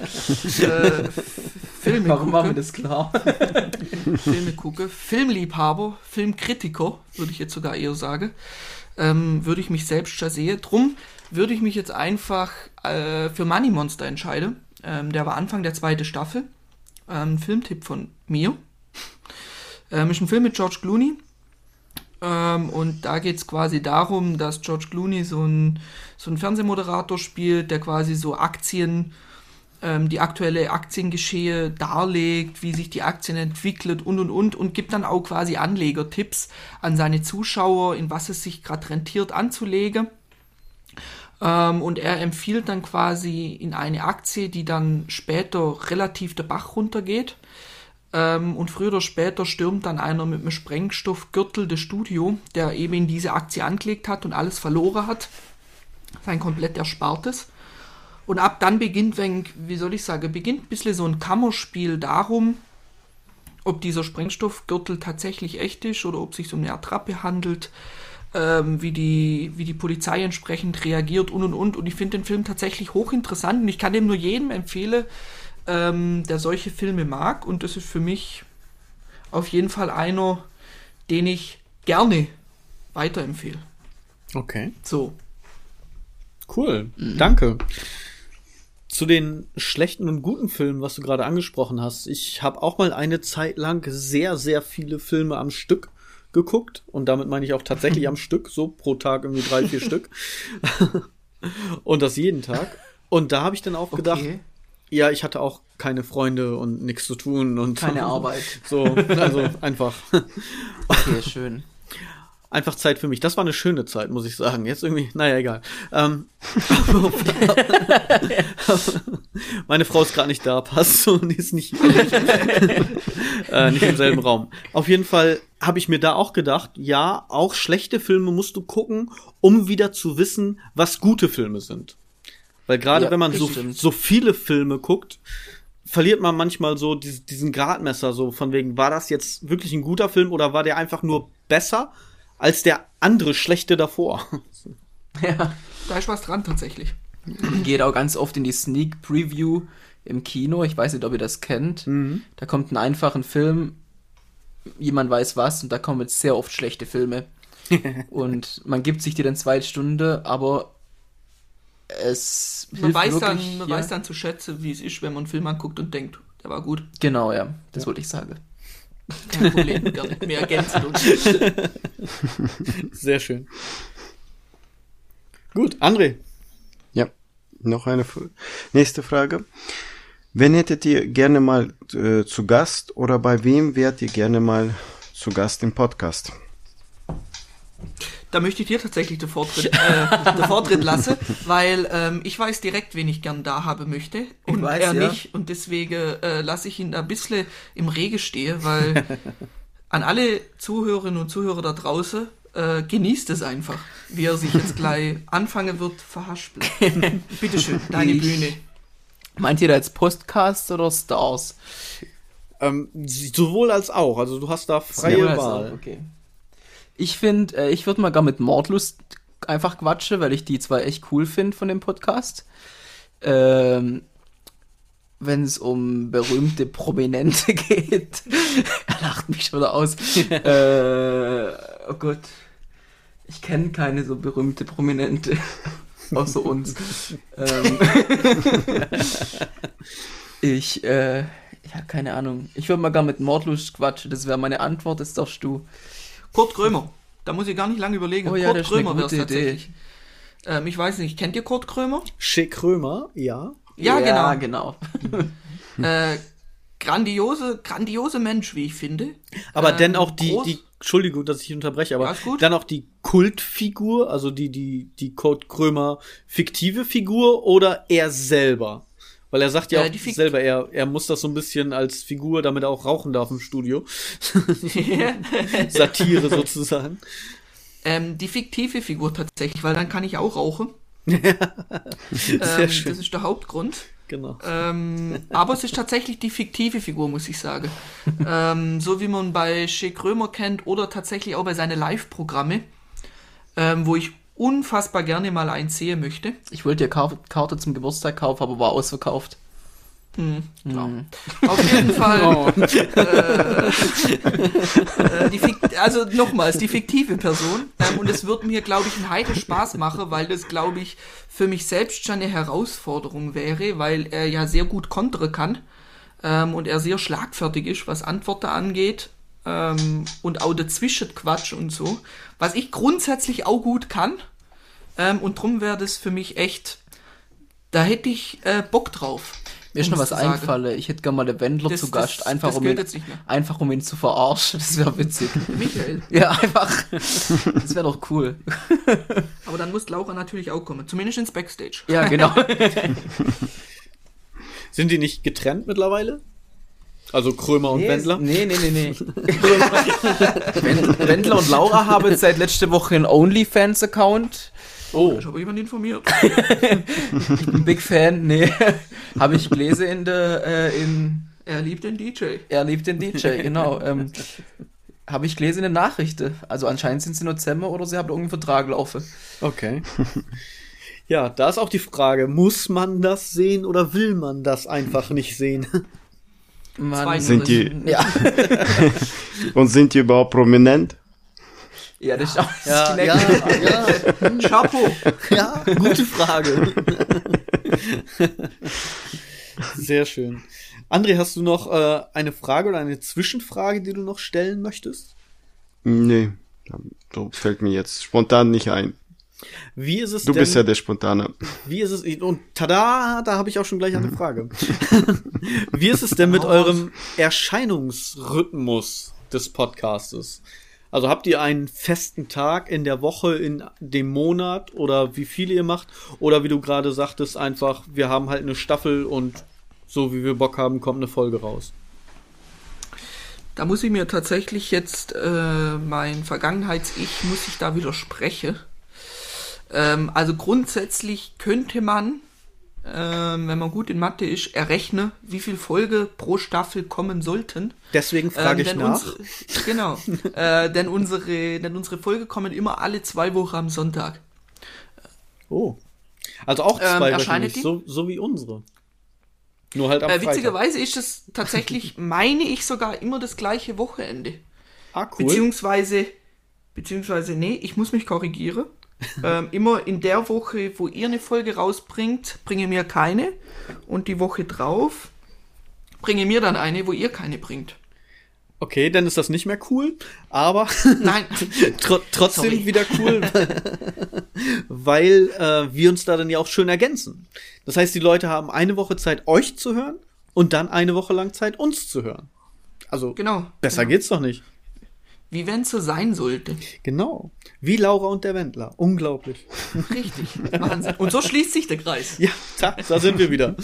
Filme Warum gucke, machen wir das klar? Filme gucke, Filmliebhaber, Filmkritiker, würde ich jetzt sogar eher sagen, ähm, würde ich mich selbst schon sehen. Drum würde ich mich jetzt einfach äh, für Money Monster entscheiden. Ähm, der war Anfang der zweiten Staffel. Ähm, ein Filmtipp von mir. Ähm, ist ein Film mit George Clooney. Ähm, und da geht es quasi darum, dass George Clooney so ein, so ein Fernsehmoderator spielt, der quasi so Aktien, ähm, die aktuelle Aktiengeschehe darlegt, wie sich die Aktien entwickelt und und und und gibt dann auch quasi Anlegertipps an seine Zuschauer, in was es sich gerade rentiert anzulegen. Ähm, und er empfiehlt dann quasi in eine Aktie, die dann später relativ der Bach runtergeht. Ähm, und früher oder später stürmt dann einer mit einem Sprengstoffgürtel das Studio, der eben in diese Aktie angelegt hat und alles verloren hat. Sein komplett Erspartes. Und ab dann beginnt, wenn, wie soll ich sagen, beginnt ein bisschen so ein Kammerspiel darum, ob dieser Sprengstoffgürtel tatsächlich echt ist oder ob es sich um eine Attrappe handelt, ähm, wie die, wie die Polizei entsprechend reagiert und und und. Und ich finde den Film tatsächlich hochinteressant und ich kann dem nur jedem empfehlen, ähm, der solche Filme mag. Und das ist für mich auf jeden Fall einer, den ich gerne weiterempfehle. Okay. So. Cool. Mhm. Danke. Zu den schlechten und guten Filmen, was du gerade angesprochen hast. Ich habe auch mal eine Zeit lang sehr, sehr viele Filme am Stück geguckt. Und damit meine ich auch tatsächlich am Stück, so pro Tag irgendwie drei, vier Stück. Und das jeden Tag. Und da habe ich dann auch Okay. gedacht, ja, ich hatte auch keine Freunde und nichts zu tun. Und Keine Arbeit. So, also einfach. Okay, schön. Einfach Zeit für mich. Das war eine schöne Zeit, muss ich sagen. Jetzt irgendwie, naja, egal. Ähm, meine Frau ist gerade nicht da, passt so, und die ist nicht, äh, nicht im selben Raum. Auf jeden Fall habe ich mir da auch gedacht, ja, auch schlechte Filme musst du gucken, um wieder zu wissen, was gute Filme sind. Weil gerade Ja, wenn man das so, stimmt. so viele Filme guckt, verliert man manchmal so diesen, diesen Gradmesser, so von wegen, war das jetzt wirklich ein guter Film oder war der einfach nur besser als der andere schlechte davor? Ja, da ist was dran tatsächlich. Geht auch ganz oft in die Sneak Preview im Kino. Ich weiß nicht, ob ihr das kennt. Mhm. Da kommt ein einfacher Film, jemand weiß was, und da kommen jetzt sehr oft schlechte Filme. Und man gibt sich die dann zwei Stunden, aber es Man, hilft weiß wirklich, dann, man ja. weiß dann zu schätzen, wie es ist, wenn man einen Film anguckt und denkt, der war gut. Genau, ja, das wollte ich sagen. Kein Problem, gerne. Wir ergänzen uns. Sehr schön. Gut, André. Ja, noch eine F- nächste Frage. Wen hättet ihr gerne mal äh, zu Gast oder bei wem wärt ihr gerne mal zu Gast im Podcast? Da möchte ich dir tatsächlich den Vortritt, äh, den Vortritt lassen, weil ähm, ich weiß direkt, wen ich gern da haben möchte und weiß, er ja. nicht. Und deswegen äh, lasse ich ihn da ein bisschen im Regen stehen, weil an alle Zuhörerinnen und Zuhörer da draußen, äh, genießt es einfach, wie er sich jetzt gleich anfangen wird, verhaspeln. Bitteschön, deine Ich- Bühne. Meint ihr da jetzt Podcasts oder Stars? Ähm, sowohl als auch. Also du hast da freie Sowohl als Wahl. auch, okay. Ich finde, äh, ich würde mal gar mit Mordlust einfach quatschen, weil ich die zwei echt cool finde von dem Podcast. Ähm, wenn es um berühmte Prominente geht. Er lacht mich schon wieder aus. äh, oh Gott. Ich kenne keine so berühmte Prominente. Außer uns. ähm, ich, äh, ja, keine Ahnung. Ich würde mal gar mit Mordlust quatschen. Das wäre meine Antwort. Das darfst du. Kurt Krömer. Da muss ich gar nicht lange überlegen. Oh ja, Kurt das ist eine Krömer wäre es gute Idee. tatsächlich. Ähm, ich weiß nicht, kennt ihr Kurt Krömer? Schick Krömer, ja. Ja, Ja, genau. äh, grandiose, grandiose Mensch, wie ich finde. Aber ähm, dann auch die, groß. die, Entschuldigung, dass ich unterbreche, aber Ja, ist gut. dann auch die Kultfigur, also die, die, die Kurt Krömer fiktive Figur oder er selber? Weil er sagt ja Äh, auch die Fik- selber, er, er muss das so ein bisschen als Figur, damit er auch rauchen darf im Studio. Satire sozusagen. ähm, die fiktive Figur tatsächlich, weil dann kann ich auch rauchen. Sehr ähm, schön. Das ist der Hauptgrund. Genau. Ähm, aber es ist tatsächlich die fiktive Figur, muss ich sagen. ähm, so wie man bei Shea Krömer kennt oder tatsächlich auch bei seinen Live-Programme, ähm, wo ich unfassbar gerne mal eins sehen möchte. Ich wollte dir Kar- Karte zum Geburtstag kaufen, aber war ausverkauft. Hm, klar. Auf jeden Fall. Oh. Äh, äh, die Fik- also nochmals, die fiktive Person. Ähm, und es wird mir, glaube ich, einen heiden Spaß machen, weil das, glaube ich, für mich selbst schon eine Herausforderung wäre, weil er ja sehr gut kontern kann ähm, und er sehr schlagfertig ist, was Antworten angeht ähm, und auch dazwischen Quatsch und so. Was ich grundsätzlich auch gut kann. Ähm, und drum wäre das für mich echt, da hätte ich äh, Bock drauf. Mir ist um noch es was zu sagen. eingefallen. Ich hätte gerne mal den Wendler Das- zu das- Gast, einfach, das um gilt ihn, jetzt nicht mehr. einfach um ihn zu verarschen. Das wäre witzig. Michael. Ja, einfach. Das wäre doch cool. Aber dann muss Laura natürlich auch kommen. Zumindest ins Backstage. Ja, genau. Sind die nicht getrennt mittlerweile? Also Krömer und nee, Wendler? Nee, nee, nee, nee. Wend- Wendler und Laura haben jetzt seit letzter Woche einen OnlyFans-Account. Oh, Ich habe jemand informiert. Ich bin Big Fan. Nee, habe ich gelesen in der, äh, in, Er liebt den D J. er liebt den D J, genau. Ähm, habe ich gelesen in den Nachrichten. Also anscheinend sind sie nur zusammen oder sie haben irgendeinen Vertrag laufen. okay. Ja, da ist auch die Frage, muss man das sehen oder will man das einfach nicht sehen? Man, Zweiteres. Sind die, ja, und sind die überhaupt prominent? ja, das ist auch Ja, das ja, ist ja, Chapeau. ja, gute Frage. Sehr schön. André, hast du noch äh, eine Frage oder eine Zwischenfrage, die du noch stellen möchtest? Nee, so fällt mir jetzt spontan nicht ein. Wie ist es Du denn, bist ja der Spontane. wie ist es, und tada, da habe ich auch schon gleich eine Frage. Wie ist es denn mit Hau eurem Erscheinungsrhythmus des Podcastes? Also habt ihr einen festen Tag in der Woche, in dem Monat oder wie viele ihr macht? Oder wie du gerade sagtest, einfach, wir haben halt eine Staffel und so wie wir Bock haben, kommt eine Folge raus. Da muss ich mir tatsächlich jetzt äh, mein Vergangenheits-Ich, muss ich da widersprechen. Ähm, also grundsätzlich könnte man, ähm, wenn man gut in Mathe ist, errechnen, wie viel Folge pro Staffel kommen sollten. Deswegen frage Ähm, ich denn nach. Unsere, genau. äh, denn unsere, denn unsere Folge kommen immer alle zwei Wochen am Sonntag. Oh. Also auch Ähm, zwei erscheinet wöchentlich, die? so, so wie unsere. Nur halt am Äh, Freitag. witzigerweise ist es tatsächlich, meine ich, sogar immer das gleiche Wochenende. Ah, cool. Beziehungsweise, beziehungsweise, nee, ich muss mich korrigieren. ähm, immer in der Woche, wo ihr eine Folge rausbringt, bringe mir keine. Und die Woche drauf bringe mir dann eine, wo ihr keine bringt. Okay, dann ist das nicht mehr cool, aber Nein. tr trotzdem Sorry. wieder cool, weil äh, wir uns da dann ja auch schön ergänzen. Das heißt, die Leute haben eine Woche Zeit, euch zu hören und dann eine Woche lang Zeit, uns zu hören. Also, Genau. besser genau. geht's doch nicht. Wie wenn es so sein sollte. Genau. Wie Laura und der Wendler. Unglaublich. Richtig. Wahnsinn. Und so schließt sich der Kreis. Ja, da, da sind wir wieder.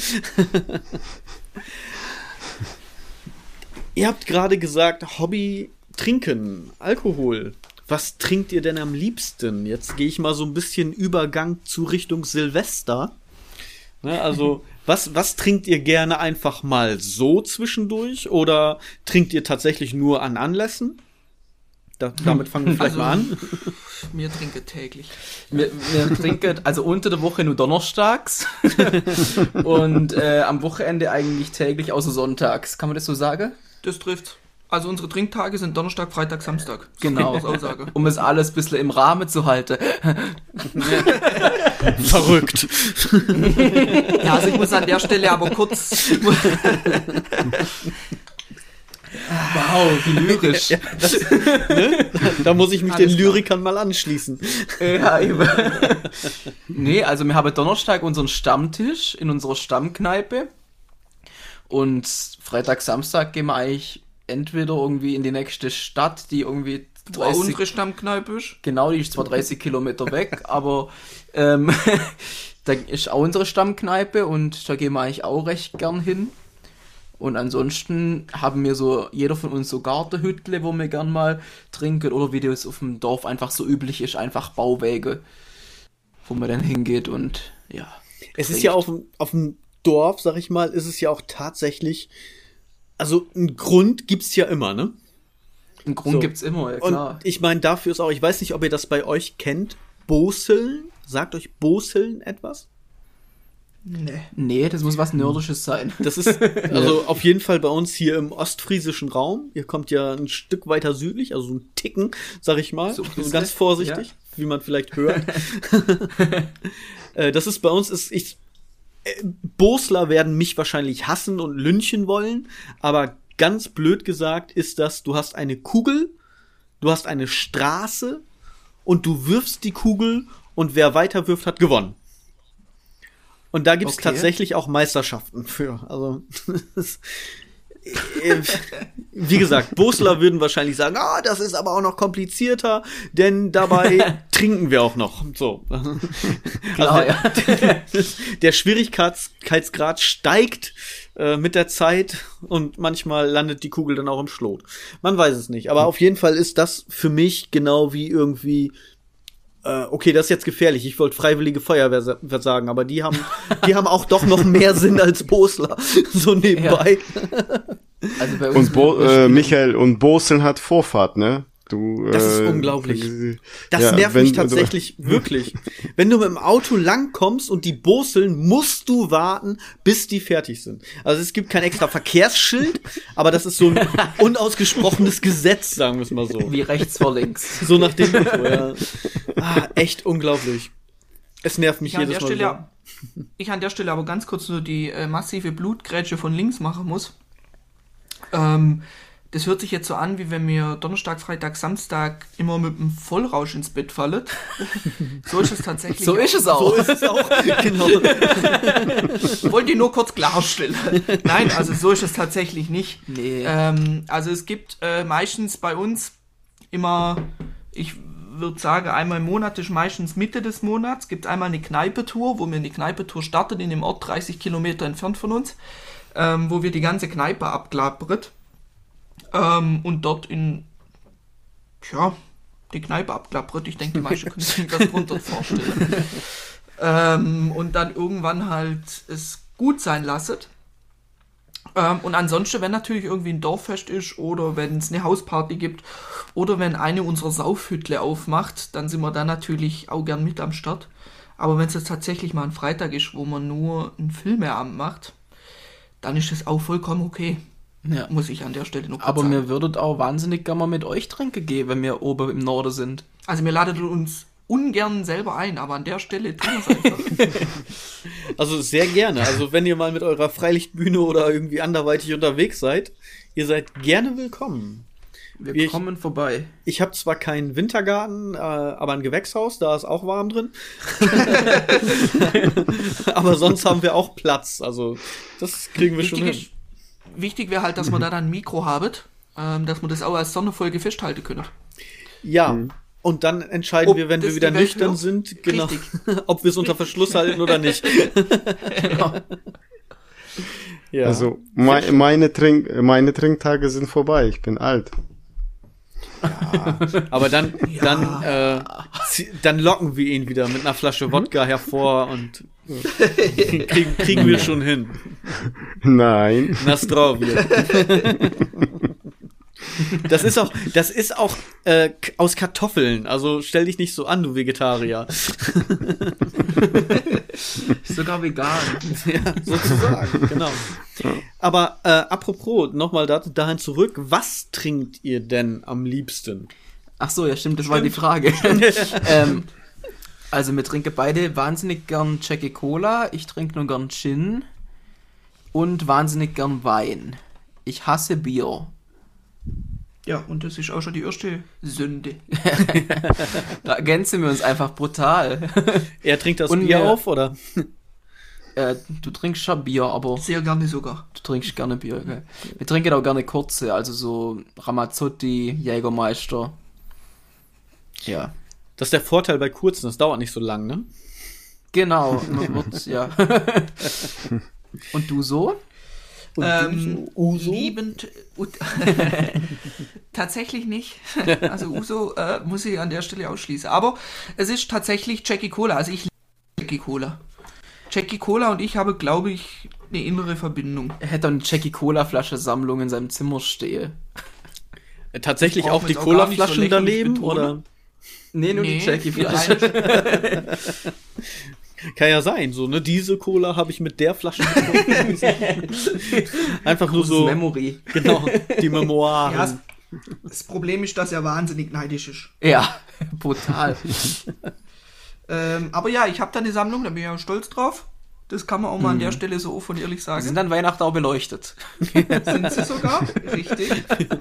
Ihr habt gerade gesagt, Hobby trinken, Alkohol. Was trinkt ihr denn am liebsten? Jetzt gehe ich mal so ein bisschen Übergang zu Richtung Silvester. Ne, also, was, was trinkt ihr gerne einfach mal so zwischendurch? Oder trinkt ihr tatsächlich nur an Anlässen? Da, damit fangen wir vielleicht Also- mal an. Mir trinke täglich. Wir, wir trinken also unter der Woche nur donnerstags und äh, am Wochenende eigentlich täglich außer sonntags. Kann man das so sagen? Das trifft. Also unsere Trinktage sind Donnerstag, Freitag, Samstag. So Genau. kann man das auch sagen. Um es alles ein bisschen im Rahmen zu halten. Verrückt. Ja, also ich muss an der Stelle aber kurz. Wow, wie lyrisch. Ja, das, ne? Da muss ich mich Alles den klar. Lyrikern mal anschließen. Ja, eben. Nee, also wir haben Donnerstag unseren Stammtisch in unserer Stammkneipe. Und Freitag, Samstag gehen wir eigentlich entweder irgendwie in die nächste Stadt, die irgendwie Wo auch unsere Stammkneipe ist. Genau, die ist zwar dreißig Kilometer weg, aber ähm, da ist auch unsere Stammkneipe und da gehen wir eigentlich auch recht gern hin. Und ansonsten haben wir so, jeder von uns so Gartenhüttle, wo wir gern mal trinken, oder wie das auf dem Dorf einfach so üblich ist, einfach Bauwege, wo man dann hingeht und ja. Es ist ja auf, dem- auf dem Dorf, sag ich mal, ist es ja auch tatsächlich, also einen Grund gibt's ja immer, ne? Einen Grund So. gibt's immer, ja klar. Und ich meine, dafür ist auch, ich weiß nicht, ob ihr das bei euch kennt, Boseln. Sagt euch Boseln etwas? Nee. Nee, das muss was Nerdisches sein. Das ist also auf jeden Fall bei uns hier im ostfriesischen Raum. Ihr kommt ja ein Stück weiter südlich, also ein Ticken, sag ich mal. So So ist ganz es, vorsichtig, ja. wie man vielleicht hört. Äh, das ist bei uns, ist ich äh, Bosler werden mich wahrscheinlich hassen und lynchen wollen, aber ganz blöd gesagt ist das, du hast eine Kugel, du hast eine Straße und du wirfst die Kugel und wer weiter wirft, hat gewonnen. Und da gibt's Okay. tatsächlich auch Meisterschaften für. Also, das, äh, wie gesagt, Bosler würden wahrscheinlich sagen, ah, das ist aber auch noch komplizierter, denn dabei trinken wir auch noch. So. Klar, Also, ja. der Schwierigkeitsgrad steigt äh, mit der Zeit und manchmal landet die Kugel dann auch im Schlot. Man weiß es nicht. Aber auf jeden Fall ist das für mich genau wie irgendwie äh, okay, das ist jetzt gefährlich. Ich wollte Freiwillige Feuerwehr sa- sagen, aber die haben, die haben auch doch noch mehr Sinn als Bosler. So nebenbei. Also bei uns Und Bo wir äh, spielen- Michael, und Boseln hat Vorfahrt, ne? Du, Das ist äh, unglaublich. Das ja, nervt wenn mich du- tatsächlich wirklich. Wenn du mit dem Auto langkommst und die boseln, musst du warten, bis die fertig sind. Also es gibt kein extra Verkehrsschild, aber das ist so ein unausgesprochenes Gesetz, sagen wir es mal so. Wie rechts vor links. So nach dem Motto, ja. Ah, echt unglaublich. Es nervt mich Ich an, jedes der Mal. Stelle, wieder. ich an der Stelle aber ganz kurz nur die äh, massive Blutgrätsche von links machen muss. Ähm, das hört sich jetzt so an, wie wenn mir Donnerstag, Freitag, Samstag immer mit einem Vollrausch ins Bett fallet. So ist es tatsächlich. So ist es auch. So ist es auch. Genau. Wollte ich nur kurz klarstellen. Nein, also so ist es tatsächlich nicht. Nee. Ähm, also es gibt äh, meistens bei uns immer, ich würde sagen, einmal im Monat ist meistens Mitte des Monats, gibt einmal eine Kneipetour, wo wir eine Kneipetour startet in dem Ort dreißig Kilometer entfernt von uns, ähm, wo wir die ganze Kneipe abklappert ähm, und dort in, tja, die Kneipe abklappert. Ich denke, die meisten können sich was drunter vorstellen. ähm, und dann irgendwann halt es gut sein lasset. Ähm, und ansonsten, wenn natürlich irgendwie ein Dorffest ist oder wenn es eine Hausparty gibt oder wenn eine unserer Saufhüttle aufmacht, dann sind wir da natürlich auch gern mit am Start. Aber wenn es jetzt tatsächlich mal ein Freitag ist, wo man nur einen Filmeabend macht, dann ist das auch vollkommen okay. Ja. Muss ich an der Stelle noch kurz Aber sagen. mir würdet auch wahnsinnig gerne mal mit euch trinken gehen, wenn wir oben im Norden sind. Also wir laden uns ungern selber ein, aber an der Stelle tun wir es einfach. Also sehr gerne. Also wenn ihr mal mit eurer Freilichtbühne oder irgendwie anderweitig unterwegs seid, ihr seid gerne willkommen. Wir Ich- kommen vorbei. Ich habe zwar keinen Wintergarten, äh, aber ein Gewächshaus, da ist auch warm drin. Aber sonst haben wir auch Platz. Also das kriegen wir schon Wichtig, hin. ist, wichtig wäre halt, dass man da dann ein Mikro habet, ähm, dass man das auch als Sonderfolge festhalten können. Ja. Und dann entscheiden Ob wir, wenn wir das wieder die Welt nüchtern hört? sind, genau, Richtig. ob wir es unter Verschluss halten oder nicht. Ja. Also mei meine, Trink meine Trinktage sind vorbei, ich bin alt. Aber dann, dann, äh, zie- dann locken wir ihn wieder mit einer Flasche Wodka hervor und äh, kriegen, kriegen wir schon hin. Nein. Nastrovia. Das ist auch, das ist auch äh, k- aus Kartoffeln. Also stell dich nicht so an, du Vegetarier. Sogar vegan. Ja, sozusagen, genau. Aber äh, apropos, nochmal da, dahin zurück. Was trinkt ihr denn am liebsten? Ach so, ja stimmt, das war die Frage. ähm, also wir trinken beide wahnsinnig gern Jackie Cola, ich trinke nur gern Gin und wahnsinnig gern Wein. Ich hasse Bier. Ja, und das ist auch schon die erste Sünde. Da ergänzen wir uns einfach brutal. Er trinkt das Und Bier wir- auf, oder? Äh, du trinkst schon Bier, aber... Sehr gerne sogar. Du trinkst gerne Bier, okay. Wir trinken auch gerne kurze, also so Ramazzotti, Jägermeister. Ja. Das ist der Vorteil bei kurzen, das dauert nicht so lang, ne? Genau, man wird, ja. Und du so? Und ähm, du so? Uso? Liebend... Tatsächlich nicht. Also Uso äh, muss ich an der Stelle ausschließen. Aber es ist tatsächlich Jackie Cola. Also ich liebe Jackie Cola. Jackie Cola und ich habe, glaube ich, eine innere Verbindung. Er hätte eine Jackie Cola Flasche Sammlung in seinem Zimmer stehen. Tatsächlich auch die Cola-Flaschen so daneben, oder? Nee, nur nee, die Jackie-Flasche. Kann ja sein, so, ne? Diese Cola habe ich mit der Flasche getrunken. Einfach nur so. Memory. Genau, die Memoiren. Ja, das Problem ist, dass er wahnsinnig neidisch ist. Ja, brutal. ähm, aber ja, ich habe da eine Sammlung, da bin ich auch stolz drauf. Das kann man auch mal mhm. an der Stelle so offen und ehrlich sagen. Die sind dann Weihnachten auch beleuchtet. Sind sie sogar, richtig.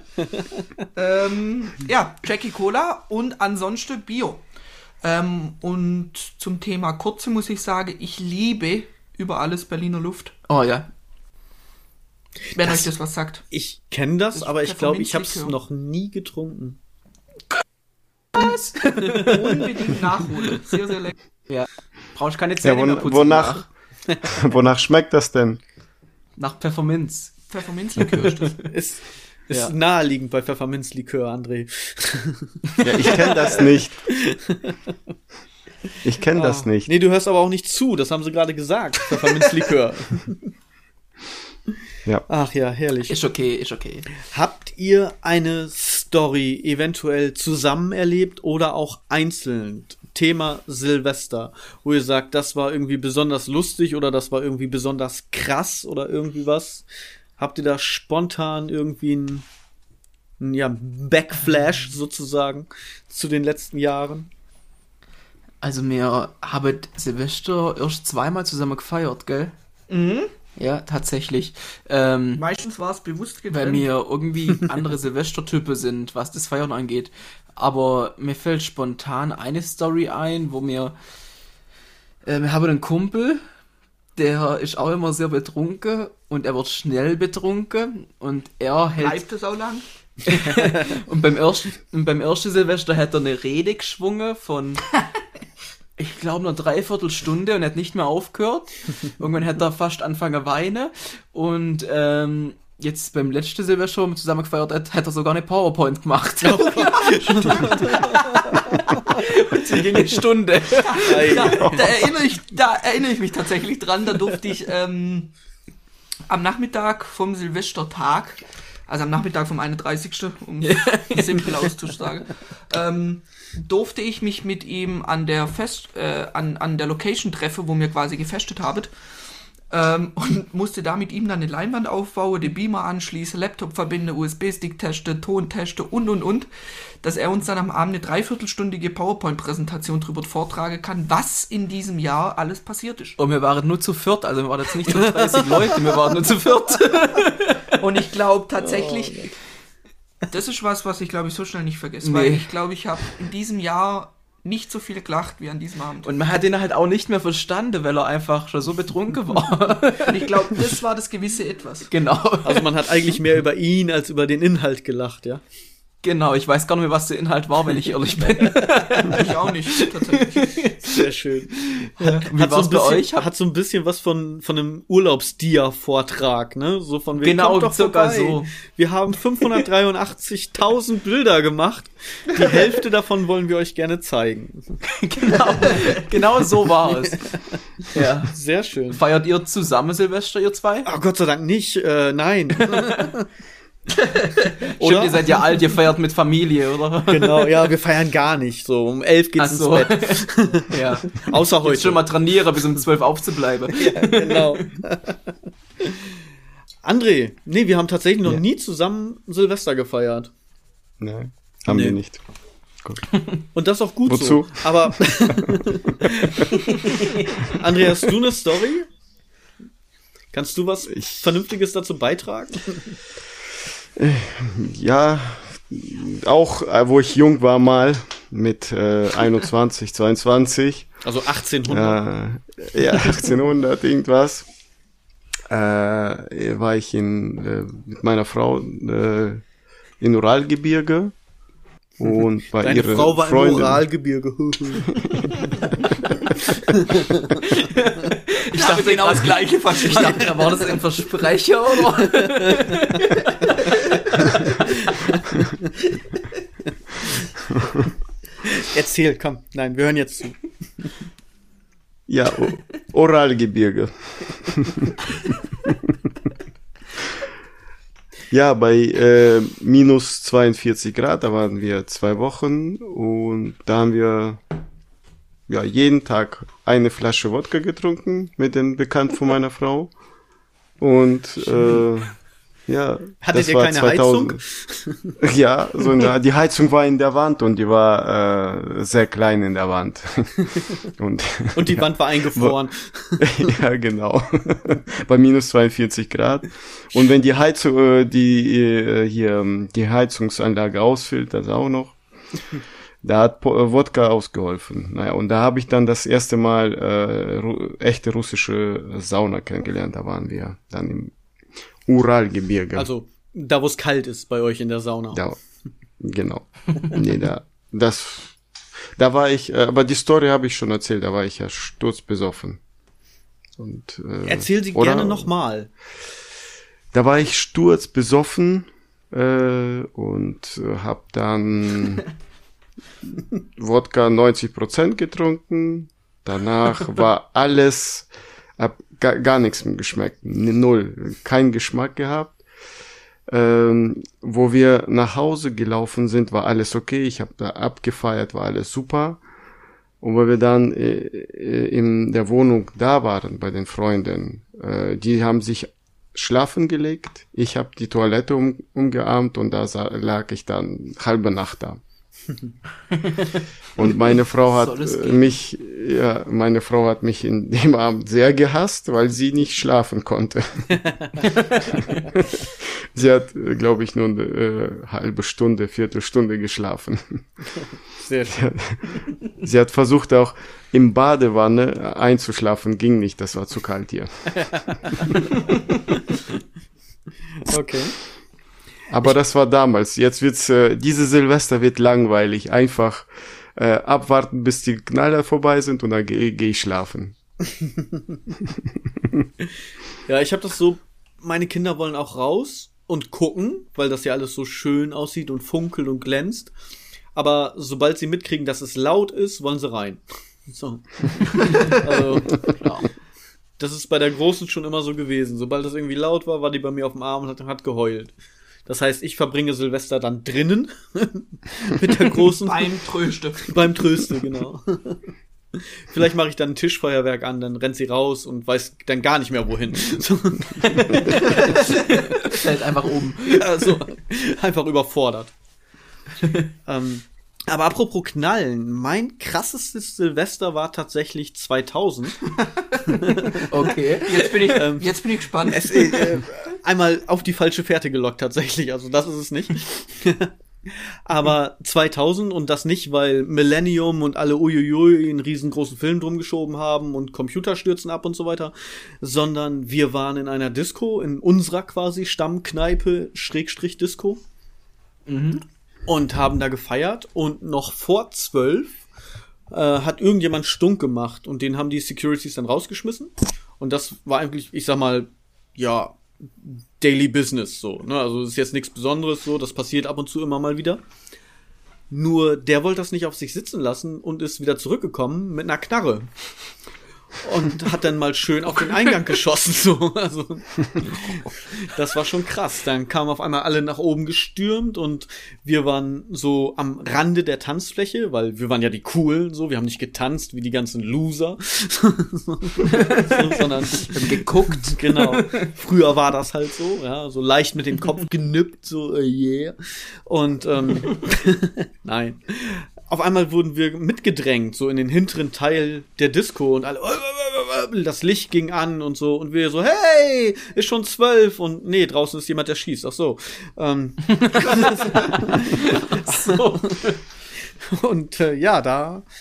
ähm, ja, Jackie Cola und ansonsten Bio. Ähm, und zum Thema Kurze muss ich sagen, ich liebe über alles Berliner Luft. Oh ja. Wenn das, euch das was sagt. Ich kenne das, das aber ich glaube, ich habe es noch nie getrunken. Was? Unbedingt nachholen. Sehr, sehr lecker. Ja. Brauchst keine Zähne ja, mehr putzen. Wonach, wonach schmeckt das denn? Nach Pfefferminz. Pfefferminzlikör ist das. Ist, ist ja. naheliegend bei Pfefferminzlikör, André. Ja, ich kenne das nicht. Ich kenne oh. das nicht. Nee, du hörst aber auch nicht zu, das haben sie gerade gesagt. Pfefferminzlikör. Ja. Ach ja, herrlich. Ist okay, ist okay. Habt ihr eine Story eventuell zusammen erlebt oder auch einzeln? Thema Silvester, wo ihr sagt, das war irgendwie besonders lustig oder das war irgendwie besonders krass oder irgendwie was? Habt ihr da spontan irgendwie ein, ein ja, Backflash sozusagen zu den letzten Jahren? Also wir haben Silvester erst zweimal zusammen gefeiert, gell? Mhm. Ja, tatsächlich. Ähm, Meistens war es bewusst getrennt. Weil wir irgendwie andere Silvestertypen sind, was das Feiern angeht. Aber mir fällt spontan eine Story ein, wo wir, äh, wir haben einen Kumpel, der ist auch immer sehr betrunken und er wird schnell betrunken und er hält... Bleibt es auch lang? und beim ersten, und beim ersten Silvester hat er eine Rede geschwungen von... Ich glaube, eine Dreiviertelstunde und er hat nicht mehr aufgehört. Irgendwann hat er fast angefangen zu weinen. Und ähm, jetzt beim letzten Silvester, wo wir zusammen gefeiert hat, hat er sogar eine PowerPoint gemacht. Oh, und sie ging eine Stunde. Da, da, erinnere ich, da erinnere ich mich tatsächlich dran. Da durfte ich ähm, am Nachmittag vom Silvestertag, also am Nachmittag vom einunddreißigsten um simpel auszusagen, ähm, durfte ich mich mit ihm an der Fest, äh, an, an der Location treffen, wo wir quasi gefestet haben. Ähm, und musste da mit ihm dann eine Leinwand aufbauen, den Beamer anschließen, Laptop verbinden, U S B-Stick testen, Ton testen und und und, dass er uns dann am Abend eine dreiviertelstündige PowerPoint-Präsentation drüber vortragen kann, was in diesem Jahr alles passiert ist. Und wir waren nur zu viert, also wir waren jetzt nicht zu dreißig Leute, wir waren nur zu viert. Und ich glaube tatsächlich, oh, das ist was, was ich glaube ich so schnell nicht vergesse, nee. Weil ich glaube, ich habe in diesem Jahr nicht so viel gelacht wie an diesem Abend. Und man hat ihn halt auch nicht mehr verstanden, weil er einfach schon so betrunken war. Und ich glaube, das war das gewisse Etwas. Genau. Also man hat eigentlich mehr über ihn als über den Inhalt gelacht, ja? Genau, ich weiß gar nicht mehr, was der Inhalt war, wenn ich ehrlich bin. Ich auch nicht, tatsächlich. Sehr schön. Ja, wie hat, war's so ein bisschen, bei euch? hat so ein bisschen was von, von einem Urlaubsdia-Vortrag, ne? So von wegen, genau, kommt doch sogar vorbei. so. Wir haben fünfhundertdreiundachtzigtausend Bilder gemacht. Die Hälfte davon wollen wir euch gerne zeigen. Genau, genau so war es. Ja. Sehr schön. Feiert ihr zusammen Silvester, ihr zwei? Oh, Gott sei Dank nicht, äh, nein. Oder? Stimmt, ihr seid ja alt, ihr feiert mit Familie, oder? Genau, ja, wir feiern gar nicht. So, um elf geht's so. ins Bett. Ja. Außer heute. Jetzt schon mal trainieren, bis um zwölf aufzubleiben. Ja, genau. André, nee, wir haben tatsächlich noch ja. nie zusammen Silvester gefeiert. Nein, haben nee. wir nicht. Gut. Und das ist auch gut Wozu? so. Aber André, hast du eine Story? Kannst du was ich... Vernünftiges dazu beitragen? Ja, auch äh, wo ich jung war mal, mit äh, einundzwanzig, zweiundzwanzig, Also achtzehnhundert. Äh, ja, achtzehnhundert irgendwas. Äh, war ich in, äh, mit meiner Frau äh, in Uralgebirge und bei Deine ihrer Frau war Freundin. im Uralgebirge. Ich dachte genau das Gleiche verstanden. Ich dachte, war das ein Versprecher, oder? Erzähl, komm. Nein, wir hören jetzt zu. Ja, Uralgebirge. Ja, bei äh, minus zweiundvierzig Grad, da waren wir zwei Wochen und da haben wir ja jeden Tag eine Flasche Wodka getrunken mit den Bekannten von meiner Frau. Und äh, ja, Hattet das ihr war keine zweitausend. Heizung? Ja, so eine, die Heizung war in der Wand und die war äh, sehr klein in der Wand. Und, und die ja. Wand war eingefroren. Ja, genau. Bei minus zweiundvierzig Grad. Und wenn die Heizung, äh, die äh, hier die Heizungsanlage ausfällt, das auch noch. Da hat po- Wodka ausgeholfen. Naja, und da habe ich dann das erste Mal äh, ru- echte russische Sauna kennengelernt. Da waren wir dann im Uralgebirge. Also da, wo es kalt ist bei euch in der Sauna. Da, genau. Nee, da, das, da war ich, äh, aber die Story habe ich schon erzählt, da war ich ja sturzbesoffen. Und, äh, Erzähl sie oder, gerne nochmal. Da war ich sturzbesoffen äh, und äh, hab dann Wodka neunzig Prozent getrunken. Danach war alles, hab gar, gar nichts mehr geschmeckt. Null. Kein Geschmack gehabt. Ähm, wo wir nach Hause gelaufen sind, war alles okay. Ich habe da abgefeiert, war alles super. Und weil wir dann äh, in der Wohnung da waren bei den Freunden, äh, die haben sich schlafen gelegt. Ich habe die Toilette um, umgearmt und da sa- lag ich dann halbe Nacht da. Und meine Frau hat mich, ja, meine Frau hat mich in dem Abend sehr gehasst, weil sie nicht schlafen konnte. Sie hat, glaube ich, nur eine äh, halbe Stunde, Viertelstunde geschlafen. Sehr schön. Sie hat versucht auch im Badewanne einzuschlafen, ging nicht, das war zu kalt hier. Okay. Aber das war damals. Jetzt wird's, äh, diese Silvester wird langweilig. Einfach äh, abwarten, bis die Knaller vorbei sind und dann gehe geh ich schlafen. Ja, ich habe das so, meine Kinder wollen auch raus und gucken, weil das ja alles so schön aussieht und funkelt und glänzt. Aber sobald sie mitkriegen, dass es laut ist, wollen sie rein. So. Also, ja. Das ist bei der Großen schon immer so gewesen. Sobald es irgendwie laut war, war die bei mir auf dem Arm und hat, hat geheult. Das heißt, ich verbringe Silvester dann drinnen mit der Großen. Beim Tröste. Beim Tröste, genau. Vielleicht mache ich dann ein Tischfeuerwerk an, dann rennt sie raus und weiß dann gar nicht mehr wohin. Fällt einfach um. Ja, so, einfach überfordert. ähm, aber apropos Knallen, mein krassestes Silvester war tatsächlich zweitausend. Okay, jetzt bin ich, ähm, jetzt bin ich gespannt. Es, äh, einmal auf die falsche Fährte gelockt tatsächlich, also das ist es nicht. Aber zweitausend und das nicht, weil Millennium und alle uiuiui einen riesengroßen Film drum geschoben haben und Computer stürzen ab und so weiter, sondern wir waren in einer Disco, in unserer quasi Stammkneipe, Schrägstrich Disco. Mhm. Und haben da gefeiert und noch vor zwölf äh, hat irgendjemand stunk gemacht und den haben die Securities dann rausgeschmissen. Und das war eigentlich, ich sag mal, ja, Daily Business so, ne? Also ist jetzt nichts Besonderes so, das passiert ab und zu immer mal wieder. Nur der wollte das nicht auf sich sitzen lassen und ist wieder zurückgekommen mit einer Knarre. Und hat dann mal schön auf den Eingang geschossen, so. Also, das war schon krass. Dann kamen auf einmal alle nach oben gestürmt und wir waren so am Rande der Tanzfläche, weil wir waren ja die Coolen, so. Wir haben nicht getanzt wie die ganzen Loser, so, sondern haben geguckt. Genau. Früher war das halt so, ja, so leicht mit dem Kopf genippt, so, uh, yeah. Und, ähm, nein. Auf einmal wurden wir mitgedrängt, so in den hinteren Teil der Disco und alle, das Licht ging an und so und wir so, hey, ist schon zwölf und nee, draußen ist jemand, der schießt, ach so. Ähm, so. Und äh, ja, da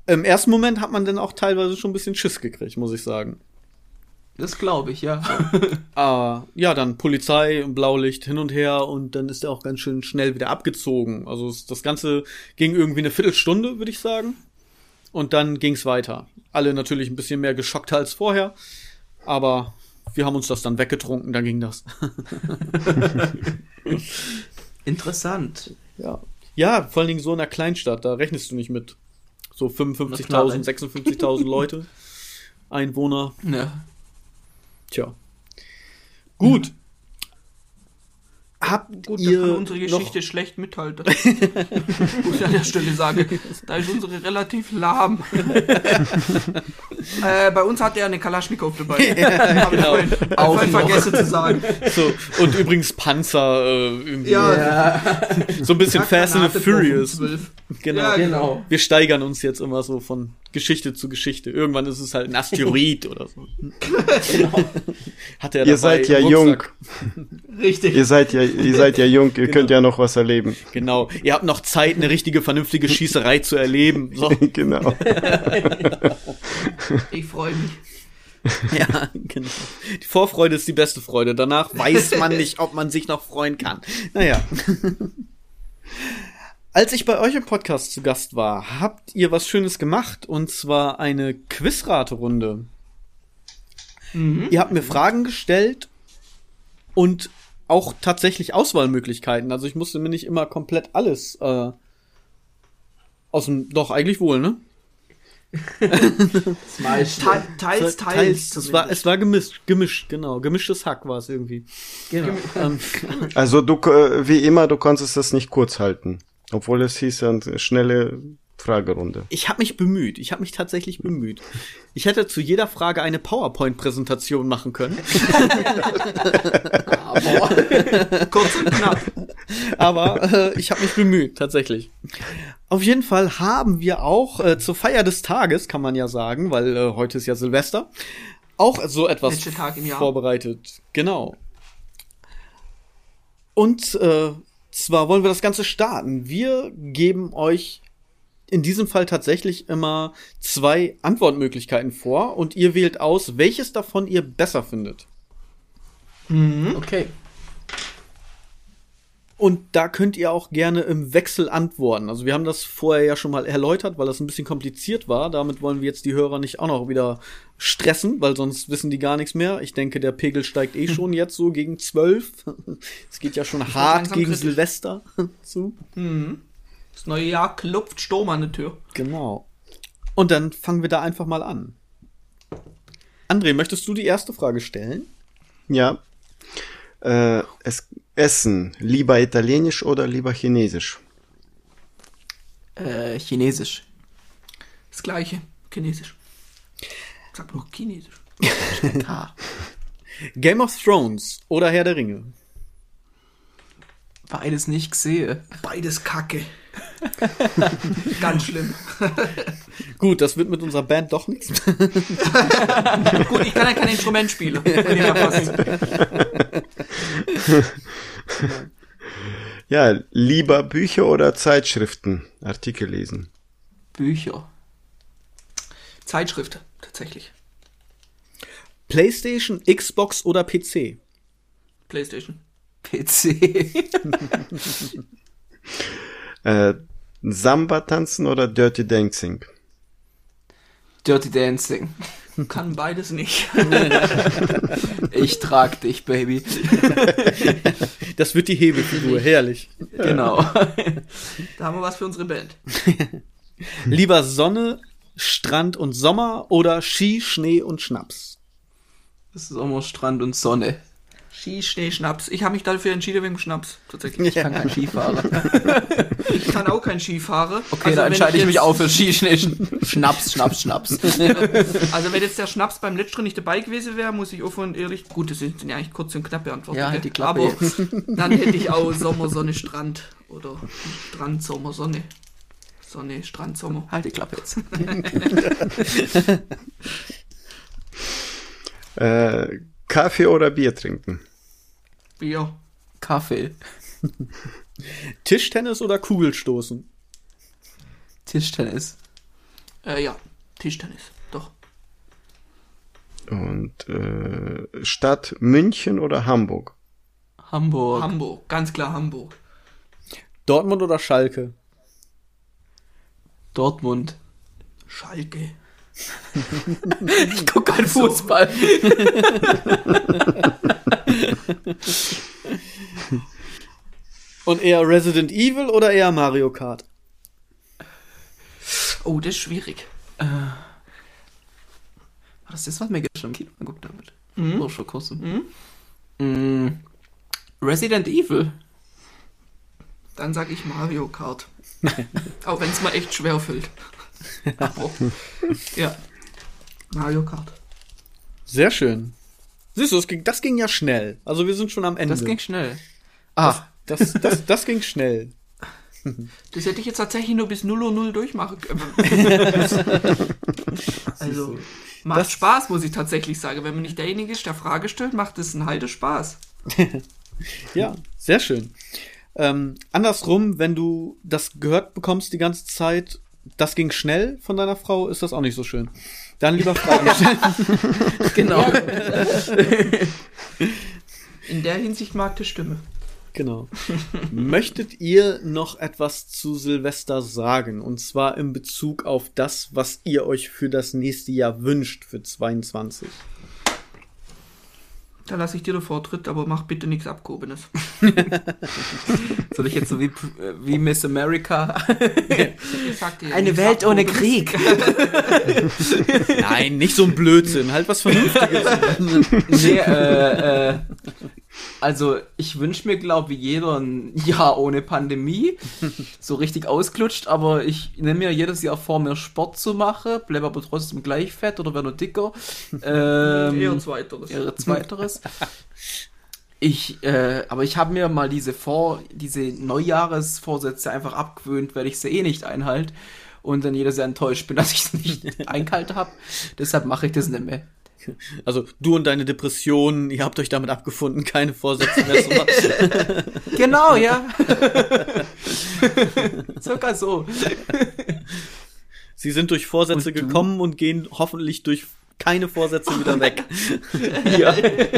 Im ersten Moment hat man dann auch teilweise schon ein bisschen Schiss gekriegt, muss ich sagen. Das glaube ich, ja. Ah, ja, dann Polizei, Blaulicht hin und her und dann ist er auch ganz schön schnell wieder abgezogen. Also das Ganze ging irgendwie eine Viertelstunde, würde ich sagen. Und dann ging's weiter. Alle natürlich ein bisschen mehr geschockt als vorher, aber wir haben uns das dann weggetrunken, dann ging das. Interessant. Ja. Ja, vor allen Dingen so in einer Kleinstadt, da rechnest du nicht mit. So fünfundfünfzigtausend, sechsundfünfzigtausend Leute, Einwohner. Ja. Tja. Gut. Habt Gut, ihr da kann unsere Geschichte noch schlecht mithalten. Muss ich an der Stelle sagen. Da ist unsere relativ lahm. äh, bei uns hat er eine Kalaschnikow dabei. Ja, Habe ich genau. vorhin, vorhin vergessen zu sagen. So, und übrigens Panzer, äh, irgendwie. Ja. So ein bisschen Fast and the Furious. Genau. Ja, genau. Wir steigern uns jetzt immer so von Geschichte zu Geschichte. Irgendwann ist es halt ein Asteroid oder so. Genau. Hat er Ihr dabei seid ja im jung. Rucksack. Richtig. Ihr seid ja, ihr seid ja jung, ihr könnt ja noch was erleben. Genau. Ihr habt noch Zeit, eine richtige, vernünftige Schießerei zu erleben. So. Genau. Ich freue mich. Ja, genau. Die Vorfreude ist die beste Freude. Danach weiß man nicht, ob man sich noch freuen kann. Naja. Als ich bei euch im Podcast zu Gast war, habt ihr was Schönes gemacht, und zwar eine Quizraterunde. Mhm. Ihr habt mir Fragen gestellt und auch tatsächlich Auswahlmöglichkeiten. Also ich musste mir nicht immer komplett alles äh, aus dem, doch eigentlich wohl, ne? Das meiste. Te teils, teils. teils es, war, es war gemischt, gemischt, genau. Gemischtes Hack war es irgendwie. Genau. Ähm, Also du, äh, wie immer, du konntest das nicht kurz halten. Obwohl es hieß eine schnelle Fragerunde. Ich habe mich bemüht. Ich habe mich tatsächlich bemüht. Ich hätte zu jeder Frage eine PowerPoint-Präsentation machen können. Aber kurz und knapp. Aber äh, ich habe mich bemüht, tatsächlich. Auf jeden Fall haben wir auch äh, zur Feier des Tages, kann man ja sagen, weil äh, heute ist ja Silvester, auch so etwas Letzter Tag im Jahr. vorbereitet. Genau. Und äh, zwar wollen wir das Ganze starten. Wir geben euch in diesem Fall tatsächlich immer zwei Antwortmöglichkeiten vor und ihr wählt aus, welches davon ihr besser findet. Mhm. Okay. Und da könnt ihr auch gerne im Wechsel antworten. Also wir haben das vorher ja schon mal erläutert, weil das ein bisschen kompliziert war. Damit wollen wir jetzt die Hörer nicht auch noch wieder stressen, weil sonst wissen die gar nichts mehr. Ich denke, der Pegel steigt eh schon jetzt so gegen zwölf. Es geht ja schon hart gegen kritisch. Silvester zu. Mhm. Das neue Jahr klopft Sturm an der Tür. Genau. Und dann fangen wir da einfach mal an. André, möchtest du die erste Frage stellen? Ja. Äh, es, Essen, lieber italienisch oder lieber chinesisch? Äh, chinesisch. Das gleiche. Chinesisch. Sag doch chinesisch. Game of Thrones oder Herr der Ringe? Beides nicht gesehen. Beides Kacke. Ganz schlimm. Gut, das wird mit unserer Band doch nichts. Gut, ich kann ja kein Instrument spielen. Wenn ihr passt. Ja, lieber Bücher oder Zeitschriften, Artikel lesen? Bücher. Zeitschrift, tatsächlich. PlayStation, Xbox oder P C? PlayStation. P C. äh, Samba tanzen oder Dirty Dancing? Dirty Dancing. Kann beides nicht. Ich trag dich, Baby. Das wird die Hebelfigur, herrlich. Genau. Da haben wir was für unsere Band. Lieber Sonne, Strand und Sommer oder Ski, Schnee und Schnaps? Sommer, Strand und Sonne. Ski, Schnee, Schnaps. Ich habe mich dafür entschieden wegen Schnaps. Tatsächlich. Ich kann kein Skifahren. Ich kann auch kein Skifahren. Okay, also, dann entscheide ich, ich mich auch für Ski, Schnee, Schnaps, Schnaps, Schnaps. Also wenn jetzt der Schnaps beim letzten nicht dabei gewesen wäre, muss ich offen und ehrlich, gut, das sind ja eigentlich kurz und knapp beantwortet. Ja, halt die Klappe. Aber dann hätte ich auch Sommer, Sonne, Strand. Oder Strand, Sommer, Sonne. Sonne, Strand, Sommer. Halt die Klappe jetzt. äh, Kaffee oder Bier trinken? Bier. Kaffee. Tischtennis oder Kugelstoßen? Tischtennis. Äh, ja, Tischtennis, doch. Und äh, Stadt München oder Hamburg? Hamburg. Hamburg, ganz klar Hamburg. Dortmund oder Schalke? Dortmund. Schalke. Ich guck keinen Fußball. Und eher Resident Evil oder eher Mario Kart? Oh, das ist schwierig. Äh, war das das, was wir gestern im Kino geguckt haben? Mhm. Oder schon kurz. Mhm. Mm, Resident Evil. Dann sag ich Mario Kart. Auch wenn es mir echt schwer fällt. Aber, ja. Mario Kart. Sehr schön. Siehst du, das ging, das ging ja schnell. Also wir sind schon am Ende. Das ging schnell. Ah, Das, das, das, das ging schnell. Das hätte ich jetzt tatsächlich nur bis null Uhr null durchmachen können. Also, macht Das- Spaß, muss ich tatsächlich sagen. Wenn man nicht derjenige ist, der Frage stellt, macht es einen Heide Spaß. Ja, sehr schön. Ähm, andersrum, wenn du das gehört bekommst die ganze Zeit, das ging schnell von deiner Frau, ist das auch nicht so schön. Dann lieber Fragen stellen. genau. In der Hinsicht mag die Stimme. Genau. Möchtet ihr noch etwas zu Silvester sagen? Und zwar in Bezug auf das, was ihr euch für das nächste Jahr wünscht, für zweiundzwanzig. Da lasse ich dir den Vortritt, aber mach bitte nichts Abgehobenes. Soll ich jetzt so wie, wie Miss America? Ich sag dir, Eine nichts Welt ohne Abgehobenes. Krieg. Nein, nicht so ein Blödsinn, halt was Vernünftiges. Nee, äh, äh, also ich wünsche mir, glaube ich, jeder ein Jahr ohne Pandemie. So richtig ausgelutscht, aber ich nehme mir jedes Jahr vor, mehr Sport zu machen, bleib aber trotzdem gleich fett oder werde nur dicker. Ähm, Eher zweiteres. Eher zweiteres. Ich, äh, aber ich habe mir mal diese Vor, diese Neujahresvorsätze einfach abgewöhnt, weil ich sie eh nicht einhalte und dann jedes Jahr enttäuscht bin, dass ich sie nicht eingehalten habe. Deshalb mache ich das nicht mehr. Also du und deine Depressionen, ihr habt euch damit abgefunden, keine Vorsätze mehr zu machen. Genau, ja. Sogar so. Sie sind durch Vorsätze Und du? gekommen und gehen hoffentlich durch keine Vorsätze wieder weg. Ja.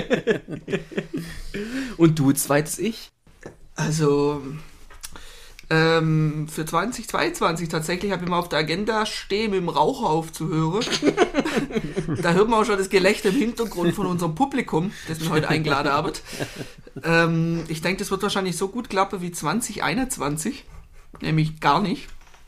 Und du, zweites Ich? Also, ähm, für zwanzig zweiundzwanzig tatsächlich habe ich mal auf der Agenda stehen, mit dem Raucher aufzuhören. Da hört man auch schon das Gelächter im Hintergrund von unserem Publikum, das wir heute eingeladen haben. Ähm, ich denke, das wird wahrscheinlich so gut klappen wie zwanzig einundzwanzig. Nämlich gar nicht.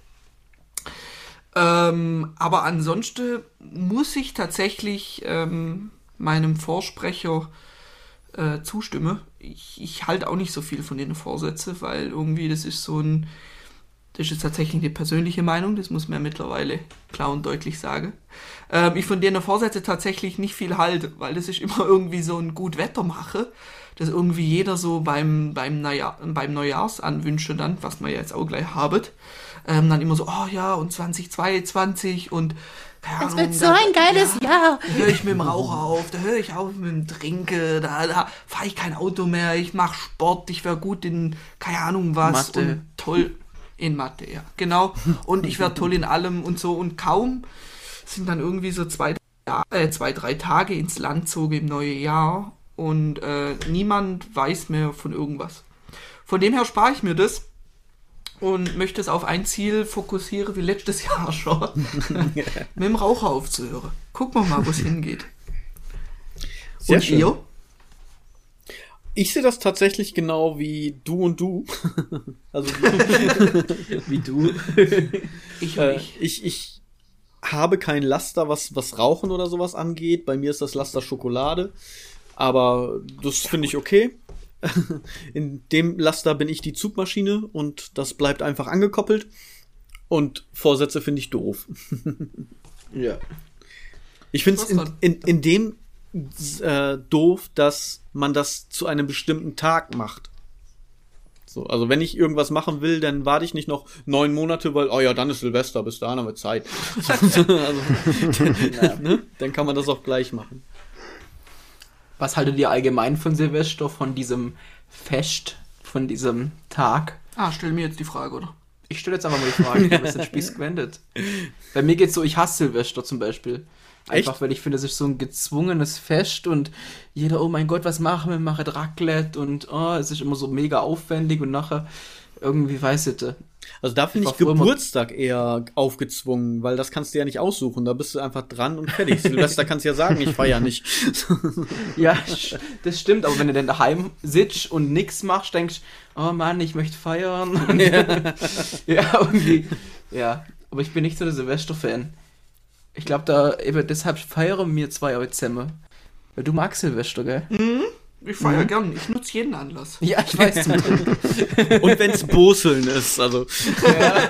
Ähm, aber ansonsten muss ich tatsächlich ähm, meinem Vorsprecher äh, zustimmen. Ich, ich halte auch nicht so viel von den Vorsätzen, weil irgendwie das ist so ein, das ist jetzt tatsächlich eine persönliche Meinung, das muss man ja mittlerweile klar und deutlich sagen. Ähm, ich von denen Vorsätze tatsächlich nicht viel halte, weil das ist immer irgendwie so ein Gut-Wetter-Mache, das irgendwie jeder so beim, beim, Neujahr, beim Neujahrsanwünsche dann, was wir ja jetzt auch gleich haben, ähm, dann immer so, oh ja, und zwanzig zweiundzwanzig und keine Es Ahnung, wird so da- ein geiles ja, Jahr. Da höre ich mit dem Raucher auf, da höre ich auf mit dem Trinke, da, da fahre ich kein Auto mehr, ich mache Sport, ich wäre gut in, keine Ahnung was, Mathe. und toll in Mathe, ja, genau, und ich wäre toll in allem und so, und kaum sind dann irgendwie so zwei, äh, zwei drei Tage ins Land zogen im neuen Jahr und äh, niemand weiß mehr von irgendwas. Von dem her spare ich mir das und möchte es auf ein Ziel fokussieren, wie letztes Jahr schon, mit dem Raucher aufzuhören. Gucken wir mal, wo es hingeht. Sehr Und schön. ihr? Ich sehe das tatsächlich genau wie du und du. Also Wie du. Ich und äh, ich. ich, ich habe kein Laster, was, was Rauchen oder sowas angeht. Bei mir ist das Laster Schokolade. Aber das finde ich okay. In dem Laster bin ich die Zugmaschine und das bleibt einfach angekoppelt. Und Vorsätze finde ich doof. Ja. Ich finde es Was in, dann? in, in dem äh, doof, dass man das zu einem bestimmten Tag macht. So, also wenn ich irgendwas machen will, dann warte ich nicht noch neun Monate, weil, oh ja, dann ist Silvester, bis dahin haben wir Zeit. also, ne? Dann kann man das auch gleich machen. Was haltet ihr allgemein von Silvester, von diesem Fest, von diesem Tag? Ah, stell mir jetzt die Frage, oder? Ich stelle jetzt einfach mal die Frage, ich habe den Spieß gewendet. Bei mir geht's so, ich hasse Silvester zum Beispiel. Einfach, Echt? Weil ich finde, es ist so ein gezwungenes Fest und jeder, oh mein Gott, was machen wir? Wir machen Raclette und oh, es ist immer so mega aufwendig und nachher irgendwie, weiß ich nicht. Also da finde ich, ich Geburtstag eher aufgezwungen, weil das kannst du ja nicht aussuchen. Da bist du einfach dran und fertig. Silvester kannst du ja sagen, ich feiere nicht. Ja, das stimmt. Aber wenn du dann daheim sitzt und nix machst, denkst oh Mann, ich möchte feiern. Ja. Ja, irgendwie. Ja, aber ich bin nicht so der Silvester-Fan. Ich glaube, da eben deshalb feiern wir zwei heute zusammen. Weil du magst Silvester, gell? Mhm. Ich feiere mhm. gern. Ich nutze jeden Anlass. Ja, ich weiß zum Beispiel. Und wenn's Boseln ist, also. Ja.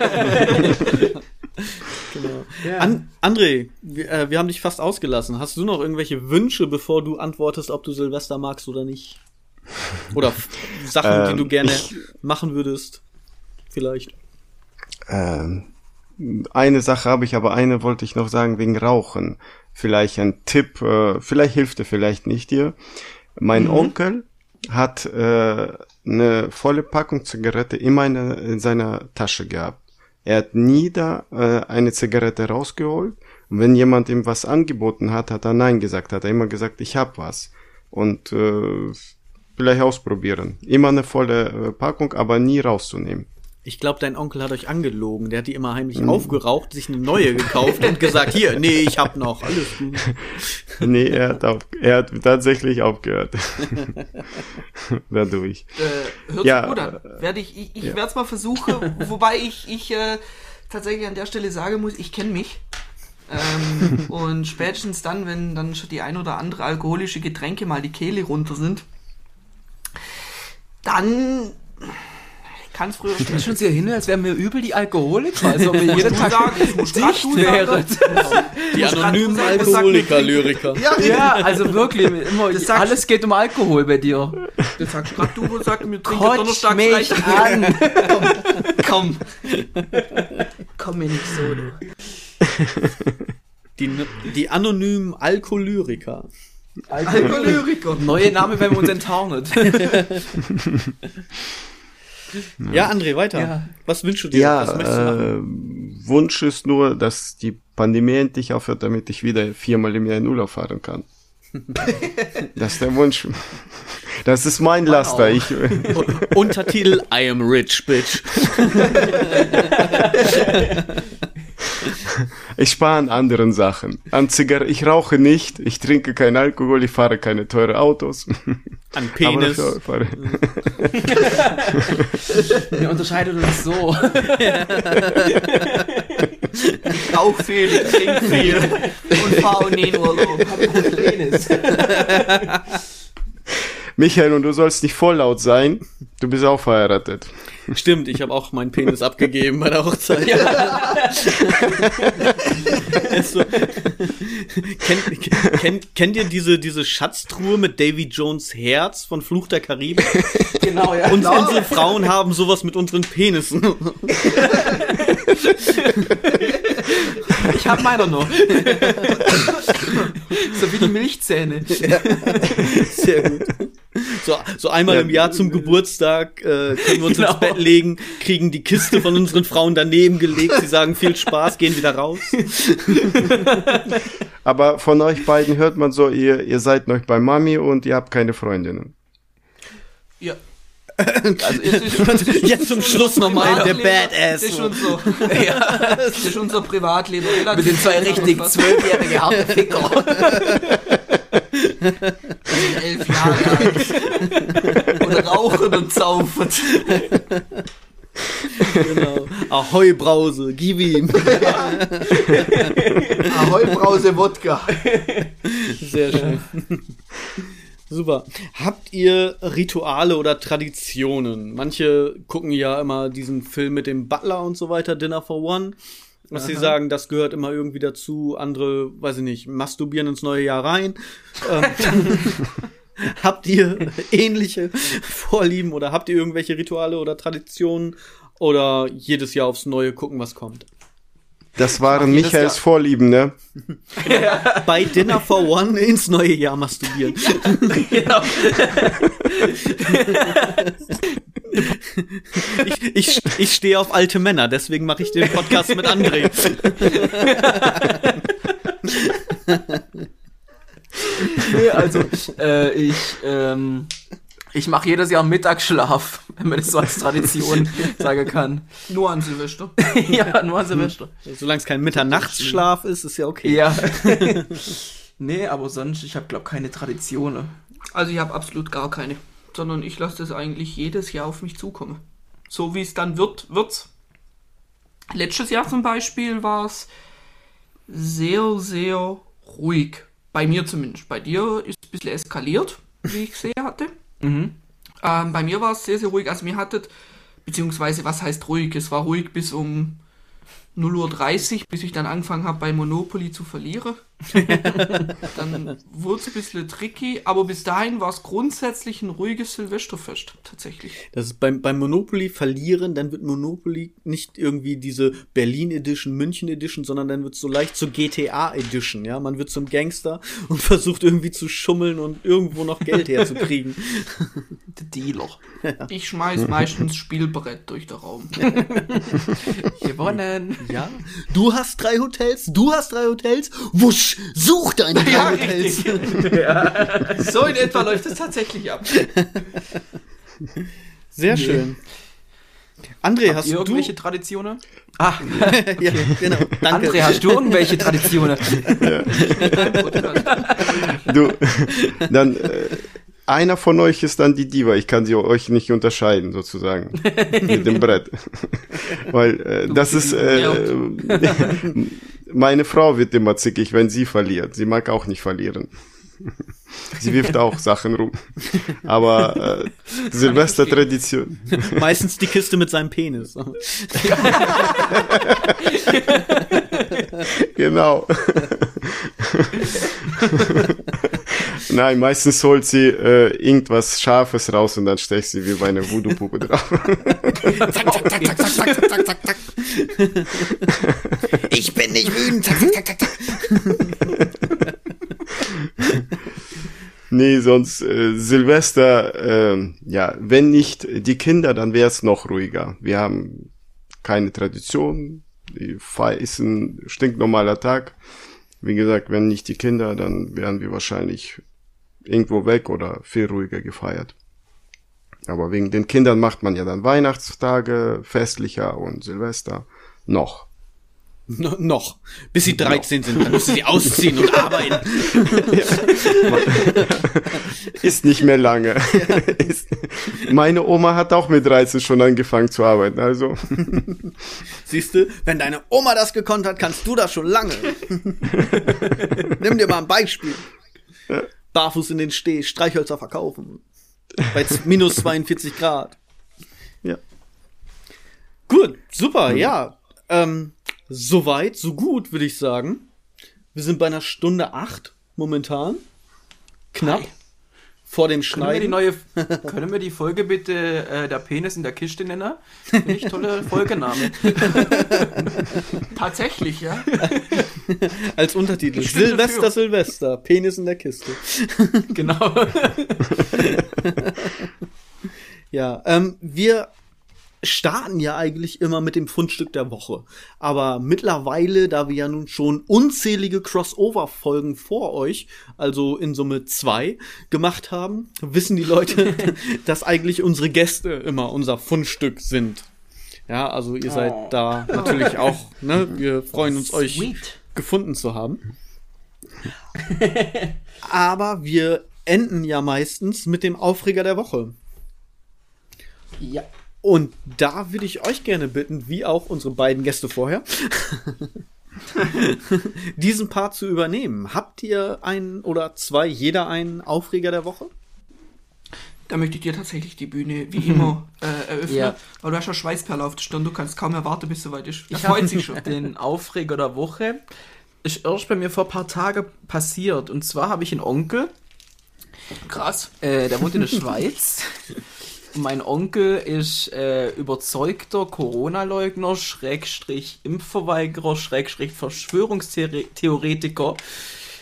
Genau. Ja. An- André, wir, äh, wir haben dich fast ausgelassen. Hast du noch irgendwelche Wünsche, bevor du antwortest, ob du Silvester magst oder nicht? Oder f- Sachen, ähm, die du gerne ich, machen würdest? Vielleicht. Ähm, eine Sache habe ich, aber eine wollte ich noch sagen wegen Rauchen. Vielleicht ein Tipp, äh, vielleicht hilft er, vielleicht nicht dir. Mein mhm. Onkel hat äh, eine volle Packung Zigarette immer in, in seiner Tasche gehabt. Er hat nie da äh, eine Zigarette rausgeholt. Und wenn jemand ihm was angeboten hat, hat er Nein gesagt. Hat er immer gesagt, ich hab was. Und äh, vielleicht ausprobieren. Immer eine volle äh, Packung, aber nie rauszunehmen. Ich glaube, dein Onkel hat euch angelogen. Der hat die immer heimlich mhm. aufgeraucht, sich eine neue gekauft und gesagt, hier, nee, ich hab noch, alles gut. Nee, er hat, auf, er hat tatsächlich aufgehört. Dadurch. Äh, hört ja, sich gut an. Werde ich ich, ich ja. werde es mal versuchen, wobei ich, ich äh, tatsächlich an der Stelle sagen muss, ich kenne mich. Ähm, und spätestens dann, wenn dann schon die ein oder andere alkoholische Getränke mal die Kehle runter sind, dann... kann es früher stellen. Schon sehr hin, als wären wir übel die Alkoholiker, also wenn wir jeden Tag dicht wären. Die anonymen Alkoholiker-Lyriker. Ja, ja, also wirklich, immer, alles geht um Alkohol bei dir. Das sagst gerade du, wo sagst mir trinken Donnerstag mich an. Komm, komm. Komm mir nicht so, du. Die, die anonymen Alkoholyriker. Alkoholyriker. Neue Name, wenn wir uns enttarnet. Ja, André, weiter. Ja. Was wünschst du dir? Ja, Was möchtest du machen? Äh, Wunsch ist nur, dass die Pandemie endlich aufhört, damit ich wieder viermal im Jahr in Urlaub fahren kann. Das ist der Wunsch. Das ist mein wow. Laster. Ich, Untertitel I am rich, bitch. Ich spare an anderen Sachen. An Zigarre. Ich rauche nicht, ich trinke keinen Alkohol, ich fahre keine teuren Autos. An Penis. Aber wir unterscheiden uns so. Ich rauche viel, ich trinke viel und fahre nie in Urlaub. Hab einen Penis. Michael, und du sollst nicht voll laut sein. Du bist auch verheiratet. Stimmt, ich habe auch meinen Penis abgegeben bei der Hochzeit. Ja. So. kennt, kennt, kennt ihr diese, diese Schatztruhe mit Davy Jones Herz von Fluch der Karibik? Genau, ja. Und genau. Unsere Frauen haben sowas mit unseren Penissen. Ich hab meiner noch. So wie die Milchzähne. Ja. Sehr gut. So, so einmal ja. im Jahr zum Geburtstag äh, können wir uns genau. ins Bett legen, kriegen die Kiste von unseren Frauen daneben gelegt, sie sagen viel Spaß, gehen wieder raus. Aber von euch beiden hört man so, ihr, ihr seid noch bei Mami und ihr habt keine Freundinnen. Ja. Also ist, ist, jetzt zum Schluss nochmal der Badass. Das ist schon so. Ja, das ist unser Privatleben. Mit den zwei richtig zwölfjährigen harten Ficker. Elf Jahre alt. Und rauchen und saufen. Genau. Ahoi Brause, gib ihm. Ahoi Brause Wodka. Sehr schön. Super. Habt ihr Rituale oder Traditionen? Manche gucken ja immer diesen Film mit dem Butler und so weiter, Dinner for One. Was sie sagen, das gehört immer irgendwie dazu. Andere, weiß ich nicht, masturbieren ins neue Jahr rein. Ähm, habt ihr ähnliche Vorlieben oder habt ihr irgendwelche Rituale oder Traditionen? Oder jedes Jahr aufs Neue gucken, was kommt? Das waren Michaels Vorlieben, ne? Ja. Bei Dinner for One ins neue Jahr masturbieren. Ja, genau. ich, ich, ich stehe auf alte Männer, deswegen mache ich den Podcast mit André. Nee, also, äh, ich, ähm, ich mache jedes Jahr Mittagsschlaf, wenn man das so als Tradition sagen kann. Nur an Silvester. Ja, nur an Silvester. Solange es kein Mitternachtsschlaf ist, ist ja okay. Ja. Nee, aber sonst, ich habe, glaube keine Traditionen. Also ich habe absolut gar keine. Sondern ich lasse das eigentlich jedes Jahr auf mich zukommen. So wie es dann wird, wird's. Letztes Jahr zum Beispiel war es sehr, sehr ruhig. Bei mir zumindest. Bei dir ist es ein bisschen eskaliert, wie ich gesehen hatte. Mhm. Ähm, bei mir war es sehr, sehr ruhig. Also mir hattet, beziehungsweise was heißt ruhig? Es war ruhig bis um null Uhr dreißig, bis ich dann angefangen habe, bei Monopoly zu verlieren. Dann wurde es ein bisschen tricky, aber bis dahin war es grundsätzlich ein ruhiges Silvesterfest, tatsächlich. Das ist beim, beim Monopoly verlieren, dann wird Monopoly nicht irgendwie diese Berlin Edition, München Edition, sondern dann wird es so leicht zur G T A Edition, ja. Man wird zum Gangster und versucht irgendwie zu schummeln und irgendwo noch Geld herzukriegen. Der Dealer. Ja. Ich schmeiß meistens Spielbrett durch den Raum. Gewonnen. Ja. Du hast drei Hotels, du hast drei Hotels, wusch, such deine drei Ja, Hotels. Ja. So in etwa läuft es tatsächlich ab. Sehr nee. schön. André, Habt hast ihr du irgendwelche Traditionen? Ah, okay. Ja, genau. Danke. André, hast du irgendwelche Traditionen? Ja. Du, dann äh, einer von euch ist dann die Diva. Ich kann sie euch nicht unterscheiden, sozusagen, mit dem Brett. Weil äh, das ist äh, meine Frau wird immer zickig, wenn sie verliert. Sie mag auch nicht verlieren. Sie wirft auch Sachen rum. Aber äh, Silvester-Tradition. Meistens die Kiste mit seinem Penis. Genau. Nein, meistens holt sie äh, irgendwas Scharfes raus und dann stecht sie wie bei einer Voodoo-Puppe drauf. Zack, zack, zack, zack, zack, zack, zack, zack, zack. Ich bin nicht wütend. Zack, zack, zack, zack, zack. Nee, sonst äh, Silvester, äh, ja, wenn nicht die Kinder, dann wäre es noch ruhiger. Wir haben keine Tradition. Die Feier ist ein stinknormaler Tag. Wie gesagt, wenn nicht die Kinder, dann wären wir wahrscheinlich irgendwo weg oder viel ruhiger gefeiert. Aber wegen den Kindern macht man ja dann Weihnachtstage festlicher und Silvester noch. No, noch. Bis sie dreizehn sind, dann müssen sie ausziehen und arbeiten. Ist nicht mehr lange. Ist, meine Oma hat auch mit dreizehn schon angefangen zu arbeiten, also. Siehst du, wenn deine Oma das gekonnt hat, kannst du das schon lange. Nimm dir mal ein Beispiel. Ja. Barfuß in den Steh, Streichhölzer verkaufen. Bei minus zweiundvierzig Grad. Ja. Gut, super, mhm. ja. Ähm, Soweit, so gut, würde ich sagen. Wir sind bei einer Stunde acht momentan. Knapp. Hi. Vor dem Schneiden. Können wir die, neue, können wir die Folge bitte äh, der Penis in der Kiste nennen? Finde ich tolle Folgename. Tatsächlich, ja. Als Untertitel. Silvester, dafür. Silvester. Penis in der Kiste. Genau. Ja, ähm, wir starten ja eigentlich immer mit dem Fundstück der Woche. Aber mittlerweile, da wir ja nun schon unzählige Crossover-Folgen vor euch, also in Summe zwei, gemacht haben, wissen die Leute, dass eigentlich unsere Gäste immer unser Fundstück sind. Ja, also ihr seid oh. da natürlich auch, ne? Wir freuen uns, Sweet. euch gefunden zu haben. Aber wir enden ja meistens mit dem Aufreger der Woche. Ja. Und da würde ich euch gerne bitten, wie auch unsere beiden Gäste vorher, diesen Part zu übernehmen. Habt ihr einen oder zwei, jeder einen Aufreger der Woche? Da möchte ich dir tatsächlich die Bühne wie immer äh, eröffnen. Ja. Weil du hast ja Schweißperle auf der Stirn, du kannst kaum erwarten, bis es soweit ist. Er freut sich schon. Den Aufreger der Woche ist erst bei mir vor ein paar Tagen passiert. Und zwar habe ich einen Onkel. Krass. Äh, der wohnt in der Schweiz. Mein Onkel ist äh, überzeugter Corona-Leugner, Schrägstrich Impfverweigerer, Schrägstrich Verschwörungstheoretiker.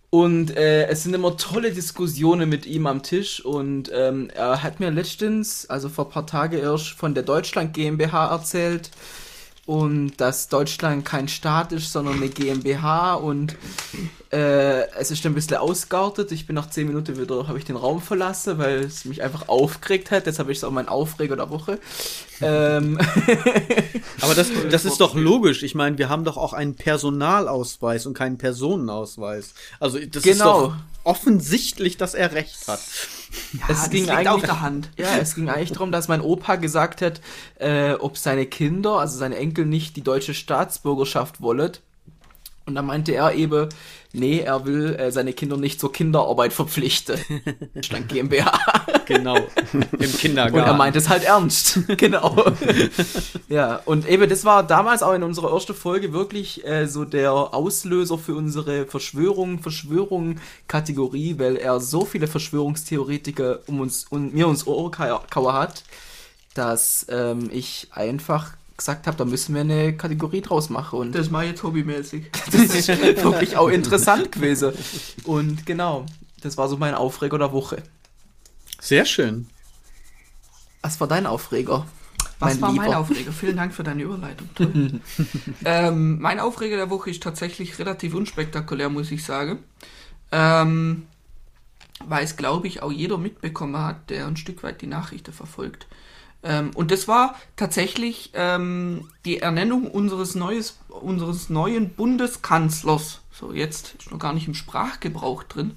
Und äh, es sind immer tolle Diskussionen mit ihm am Tisch und ähm, er hat mir letztens, also vor ein paar Tagen erst, von der Deutschland GmbH erzählt und dass Deutschland kein Staat ist, sondern eine GmbH und äh, es ist dann ein bisschen ausgeartet. Ich bin nach zehn Minuten wieder, habe ich den Raum verlassen, weil es mich einfach aufgeregt hat. Jetzt habe ich es auch mein Aufreger der Woche. ähm. Aber das, das ist doch logisch. Ich meine, wir haben doch auch einen Personalausweis und keinen Personenausweis. Also das genau. ist doch offensichtlich, dass er recht hat. Ja, es ging liegt eigentlich auf der Hand. Ja, es ging eigentlich darum, dass mein Opa gesagt hat, äh, ob seine Kinder, also seine Enkel, nicht die deutsche Staatsbürgerschaft wollen. Und dann meinte er eben, nee, er will äh, seine Kinder nicht zur Kinderarbeit verpflichten. Stand GmbH. Genau, im Kindergarten. Und er meinte es halt ernst. Genau. Ja, und eben, das war damals auch in unserer ersten Folge wirklich äh, so der Auslöser für unsere Verschwörung, Verschwörung-Kategorie, weil er so viele Verschwörungstheoretiker um uns und mir uns Ohrkauer hat, dass ähm, ich einfach gesagt habe, da müssen wir eine Kategorie draus machen. Und das war jetzt hobbymäßig. Das ist wirklich auch interessant gewesen. Und genau, das war so mein Aufreger der Woche. Sehr schön. Was war dein Aufreger? Was mein war Lieber? mein Aufreger? Vielen Dank für deine Überleitung. Toll. ähm, mein Aufreger der Woche ist tatsächlich relativ unspektakulär, muss ich sagen. Ähm, weil es, glaube ich, auch jeder mitbekommen hat, der ein Stück weit die Nachrichten verfolgt. Ähm, und das war tatsächlich ähm, die Ernennung unseres, neues, unseres neuen Bundeskanzlers. So, jetzt ist noch gar nicht im Sprachgebrauch drin.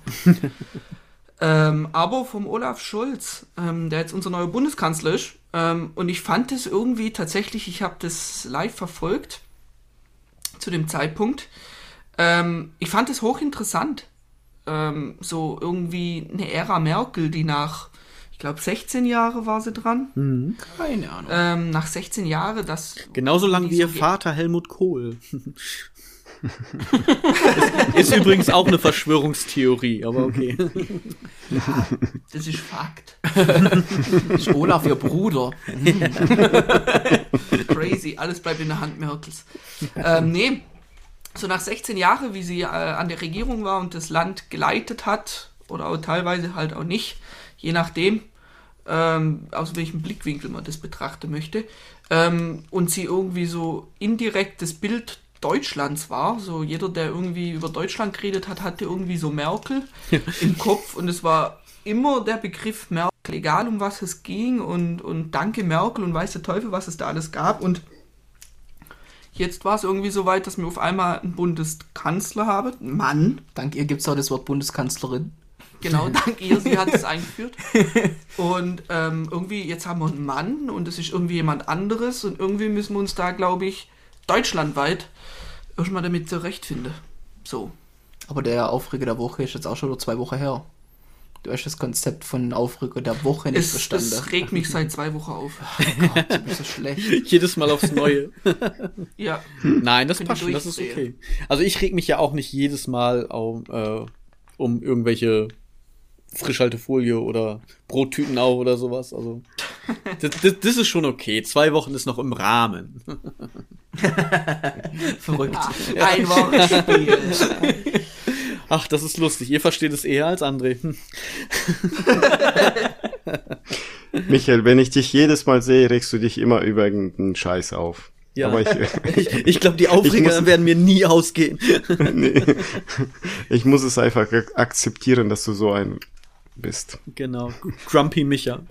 ähm, aber vom Olaf Scholz, ähm, der jetzt unser neuer Bundeskanzler ist. Ähm, und ich fand es irgendwie tatsächlich, ich habe das live verfolgt zu dem Zeitpunkt. Ähm, ich fand es hochinteressant. Ähm, so irgendwie eine Ära Merkel, die nach Ich glaube, sechzehn Jahre war sie dran. Mhm. Keine Ahnung. Ähm, nach sechzehn Jahren, das... Genauso lang wie ihr so Vater Helmut Kohl. ist, ist übrigens auch eine Verschwörungstheorie, aber okay. Ja, das ist Fakt. Ist Olaf ihr Bruder? Crazy, alles bleibt in der Hand Merkels. Ähm, nee, so nach sechzehn Jahren, wie sie äh, an der Regierung war und das Land geleitet hat, oder auch teilweise halt auch nicht, je nachdem, ähm, aus welchem Blickwinkel man das betrachten möchte, ähm, und sie irgendwie so indirekt das Bild Deutschlands war, so jeder, der irgendwie über Deutschland geredet hat, hatte irgendwie so Merkel im Kopf und es war immer der Begriff Merkel, egal um was es ging und, und danke Merkel und weiß der Teufel, was es da alles gab und jetzt war es irgendwie so weit, dass wir auf einmal einen Bundeskanzler haben, einen Mann. Dank ihr gibt es auch das Wort Bundeskanzlerin. Genau, dank ihr, sie hat es eingeführt. Und ähm, irgendwie, jetzt haben wir einen Mann und es ist irgendwie jemand anderes und irgendwie müssen wir uns da, glaube ich, deutschlandweit erstmal damit zurechtfinden. So. Aber der Aufreger der Woche ist jetzt auch schon nur zwei Wochen her. Du hast das Konzept von Aufreger der Woche nicht es, verstanden. Das regt mich seit zwei Wochen auf. Oh Gott, du bist so schlecht. Jedes Mal aufs Neue. Ja. Nein, das Können passt schon, die das ist durchdrehen. okay. Also ich reg mich ja auch nicht jedes Mal um, äh, um irgendwelche Frischhaltefolie oder Brottüten auf oder sowas. Also das, das, das ist schon okay. Zwei Wochen ist noch im Rahmen. Verrückt. Ein Wortspiel. Ach, das ist lustig. Ihr versteht es eher als André. Hm. Michael, wenn ich dich jedes Mal sehe, regst du dich immer über irgendeinen Scheiß auf. Ja. Aber ich, Ich, ich glaube, die Aufreger muss- werden mir nie ausgehen. nee, ich muss es einfach ak- akzeptieren, dass du so ein bist. Genau. Grumpy Micha.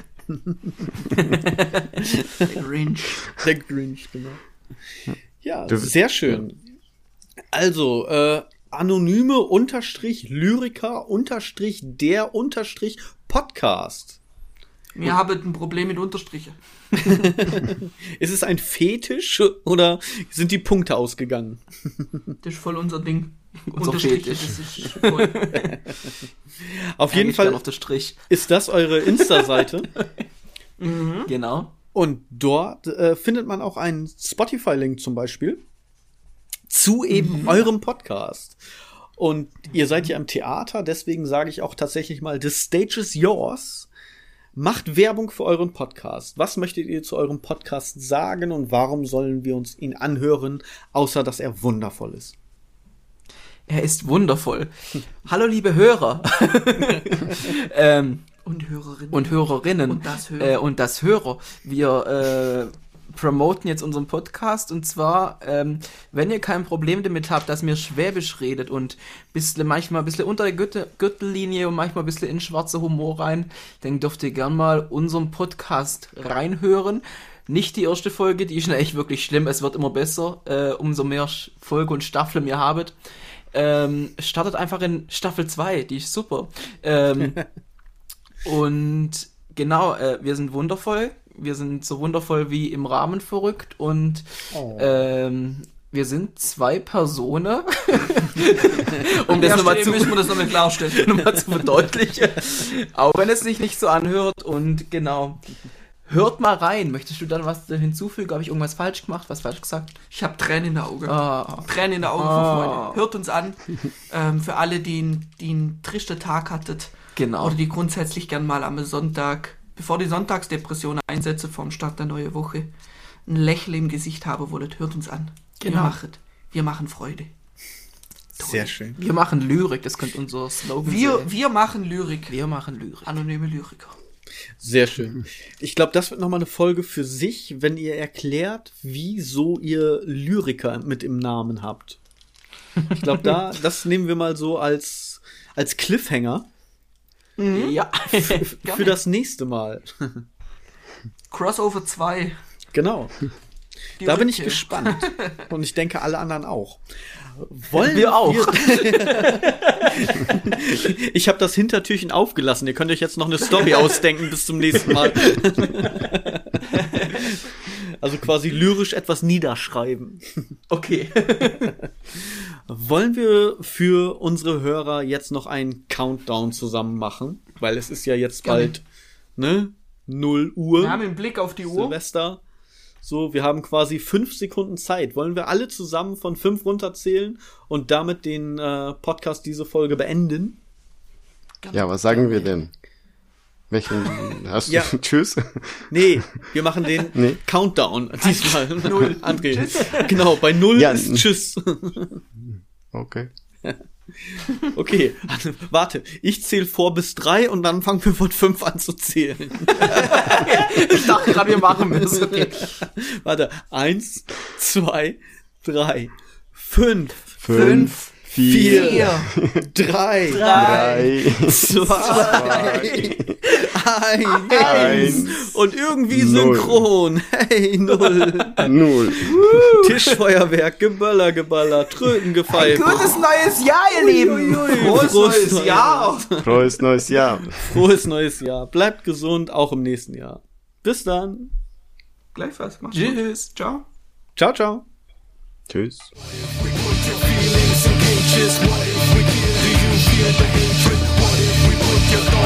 Grinch. Der Grinch, genau. Ja, Du- sehr schön. Also, äh, anonyme unterstrich Lyriker unterstrich der unterstrich Podcast. Wir haben ein Problem mit Unterstriche. Ist es ein Fetisch oder sind die Punkte ausgegangen? Das ist voll unser Ding. Unser Unterstriche, Fetisch. das ist voll. Auf jeden Fall auf der Strich. ist das eure Insta-Seite. Genau. Und dort äh, findet man auch einen Spotify-Link zum Beispiel zu eben eurem Podcast. Und ihr seid ja im Theater, deswegen sage ich auch tatsächlich mal, the stage is yours. Macht Werbung für euren Podcast. Was möchtet ihr zu eurem Podcast sagen und warum sollen wir uns ihn anhören, außer dass er wundervoll ist? Er ist wundervoll. Hallo, liebe Hörer. ähm, Und Hörerinnen. und Hörerinnen. Und das Hörer. Äh, und das Hörer. Wir äh, promoten jetzt unseren Podcast und zwar, ähm, wenn ihr kein Problem damit habt, dass mir Schwäbisch redet und bisschen, manchmal ein bisschen unter der Gürtel, Gürtellinie und manchmal ein bisschen in schwarzer Humor rein, dann dürft ihr gern mal unseren Podcast reinhören. Nicht die erste Folge, die ist schon echt wirklich schlimm. Es wird immer besser, äh, umso mehr Folge und Staffeln ihr habt. Ähm, startet einfach in Staffel zwei, die ist super. Ähm, und genau, äh, wir sind wundervoll. Wir sind so wundervoll wie im Rahmen verrückt und Oh. ähm, wir sind zwei Personen. um Das das nochmal zu, müssen wir das nochmal klarstellen. nochmal zu verdeutlichen. Auch wenn es sich nicht so anhört. Und genau, hört mal rein. Möchtest du dann was hinzufügen? Habe ich irgendwas falsch gemacht? Was falsch gesagt? Ich habe Tränen in den Augen. Ah. Tränen in den Augen Ah. vor Freude. Hört uns an. Ähm, für alle, die, einen- die einen tristen Tag hattet. Genau. Oder die grundsätzlich gern mal am Sonntag, bevor die Sonntagsdepression einsetzt, vorm Start der neuen Woche, ein Lächeln im Gesicht haben wollt, hört uns an. Genau. Wir machen, wir machen Freude. Sehr schön. Wir machen Lyrik, das könnte unser Slogan Wir, sein. wir machen Lyrik. Wir machen Lyrik. Anonyme Lyriker. Sehr schön. Ich glaube, das wird nochmal eine Folge für sich, wenn ihr erklärt, wieso ihr Lyriker mit im Namen habt. Ich glaube, da, das nehmen wir mal so als, als Cliffhanger Ja. für das nächste Mal. Crossover zwei. Genau. Die Da bin ich Rückkehr. gespannt. Und ich denke, alle anderen auch. Wollen Wir auch. Ich habe das Hintertürchen aufgelassen. Ihr könnt euch jetzt noch eine Story ausdenken bis zum nächsten Mal. Also quasi lyrisch etwas niederschreiben. Okay. Wollen wir für unsere Hörer jetzt noch einen Countdown zusammen machen? Weil es ist ja jetzt Gerne. bald, ne? null Uhr. Wir haben einen Blick auf die Uhr. Silvester. So, wir haben quasi fünf Sekunden Zeit. Wollen wir alle zusammen von fünf runterzählen und damit den äh, Podcast, diese Folge beenden? Ja, was sagen wir denn? Welchen hast du? Ja. Tschüss. Nee, wir machen den Nee. Countdown diesmal. Null. André. Genau, bei null Ja. ist Tschüss. Okay. Okay, warte. Ich zähle vor bis drei und dann fangen wir von fünf an zu zählen. Ich dachte gerade, wir machen das. Okay. Warte. Eins, zwei, drei, fünf, Fünf, vier, vier, drei, drei, zwei, eins. eins, Und irgendwie null. synchron. Hey, null. null. Tischfeuerwerk, Geböller, Geballer, Trötengepfeife. Gutes neues Jahr, ihr Lieben. Frohes neues neues Jahr. Frohes neues Jahr. Frohes neues Jahr. Bleibt gesund, auch im nächsten Jahr. Bis dann. Gleichfalls. Macht's gut. Tschüss. Ciao. Ciao, ciao. Tschüss. Feelings in cages. What if we kill? Do you feel the hatred? What if we put your thoughts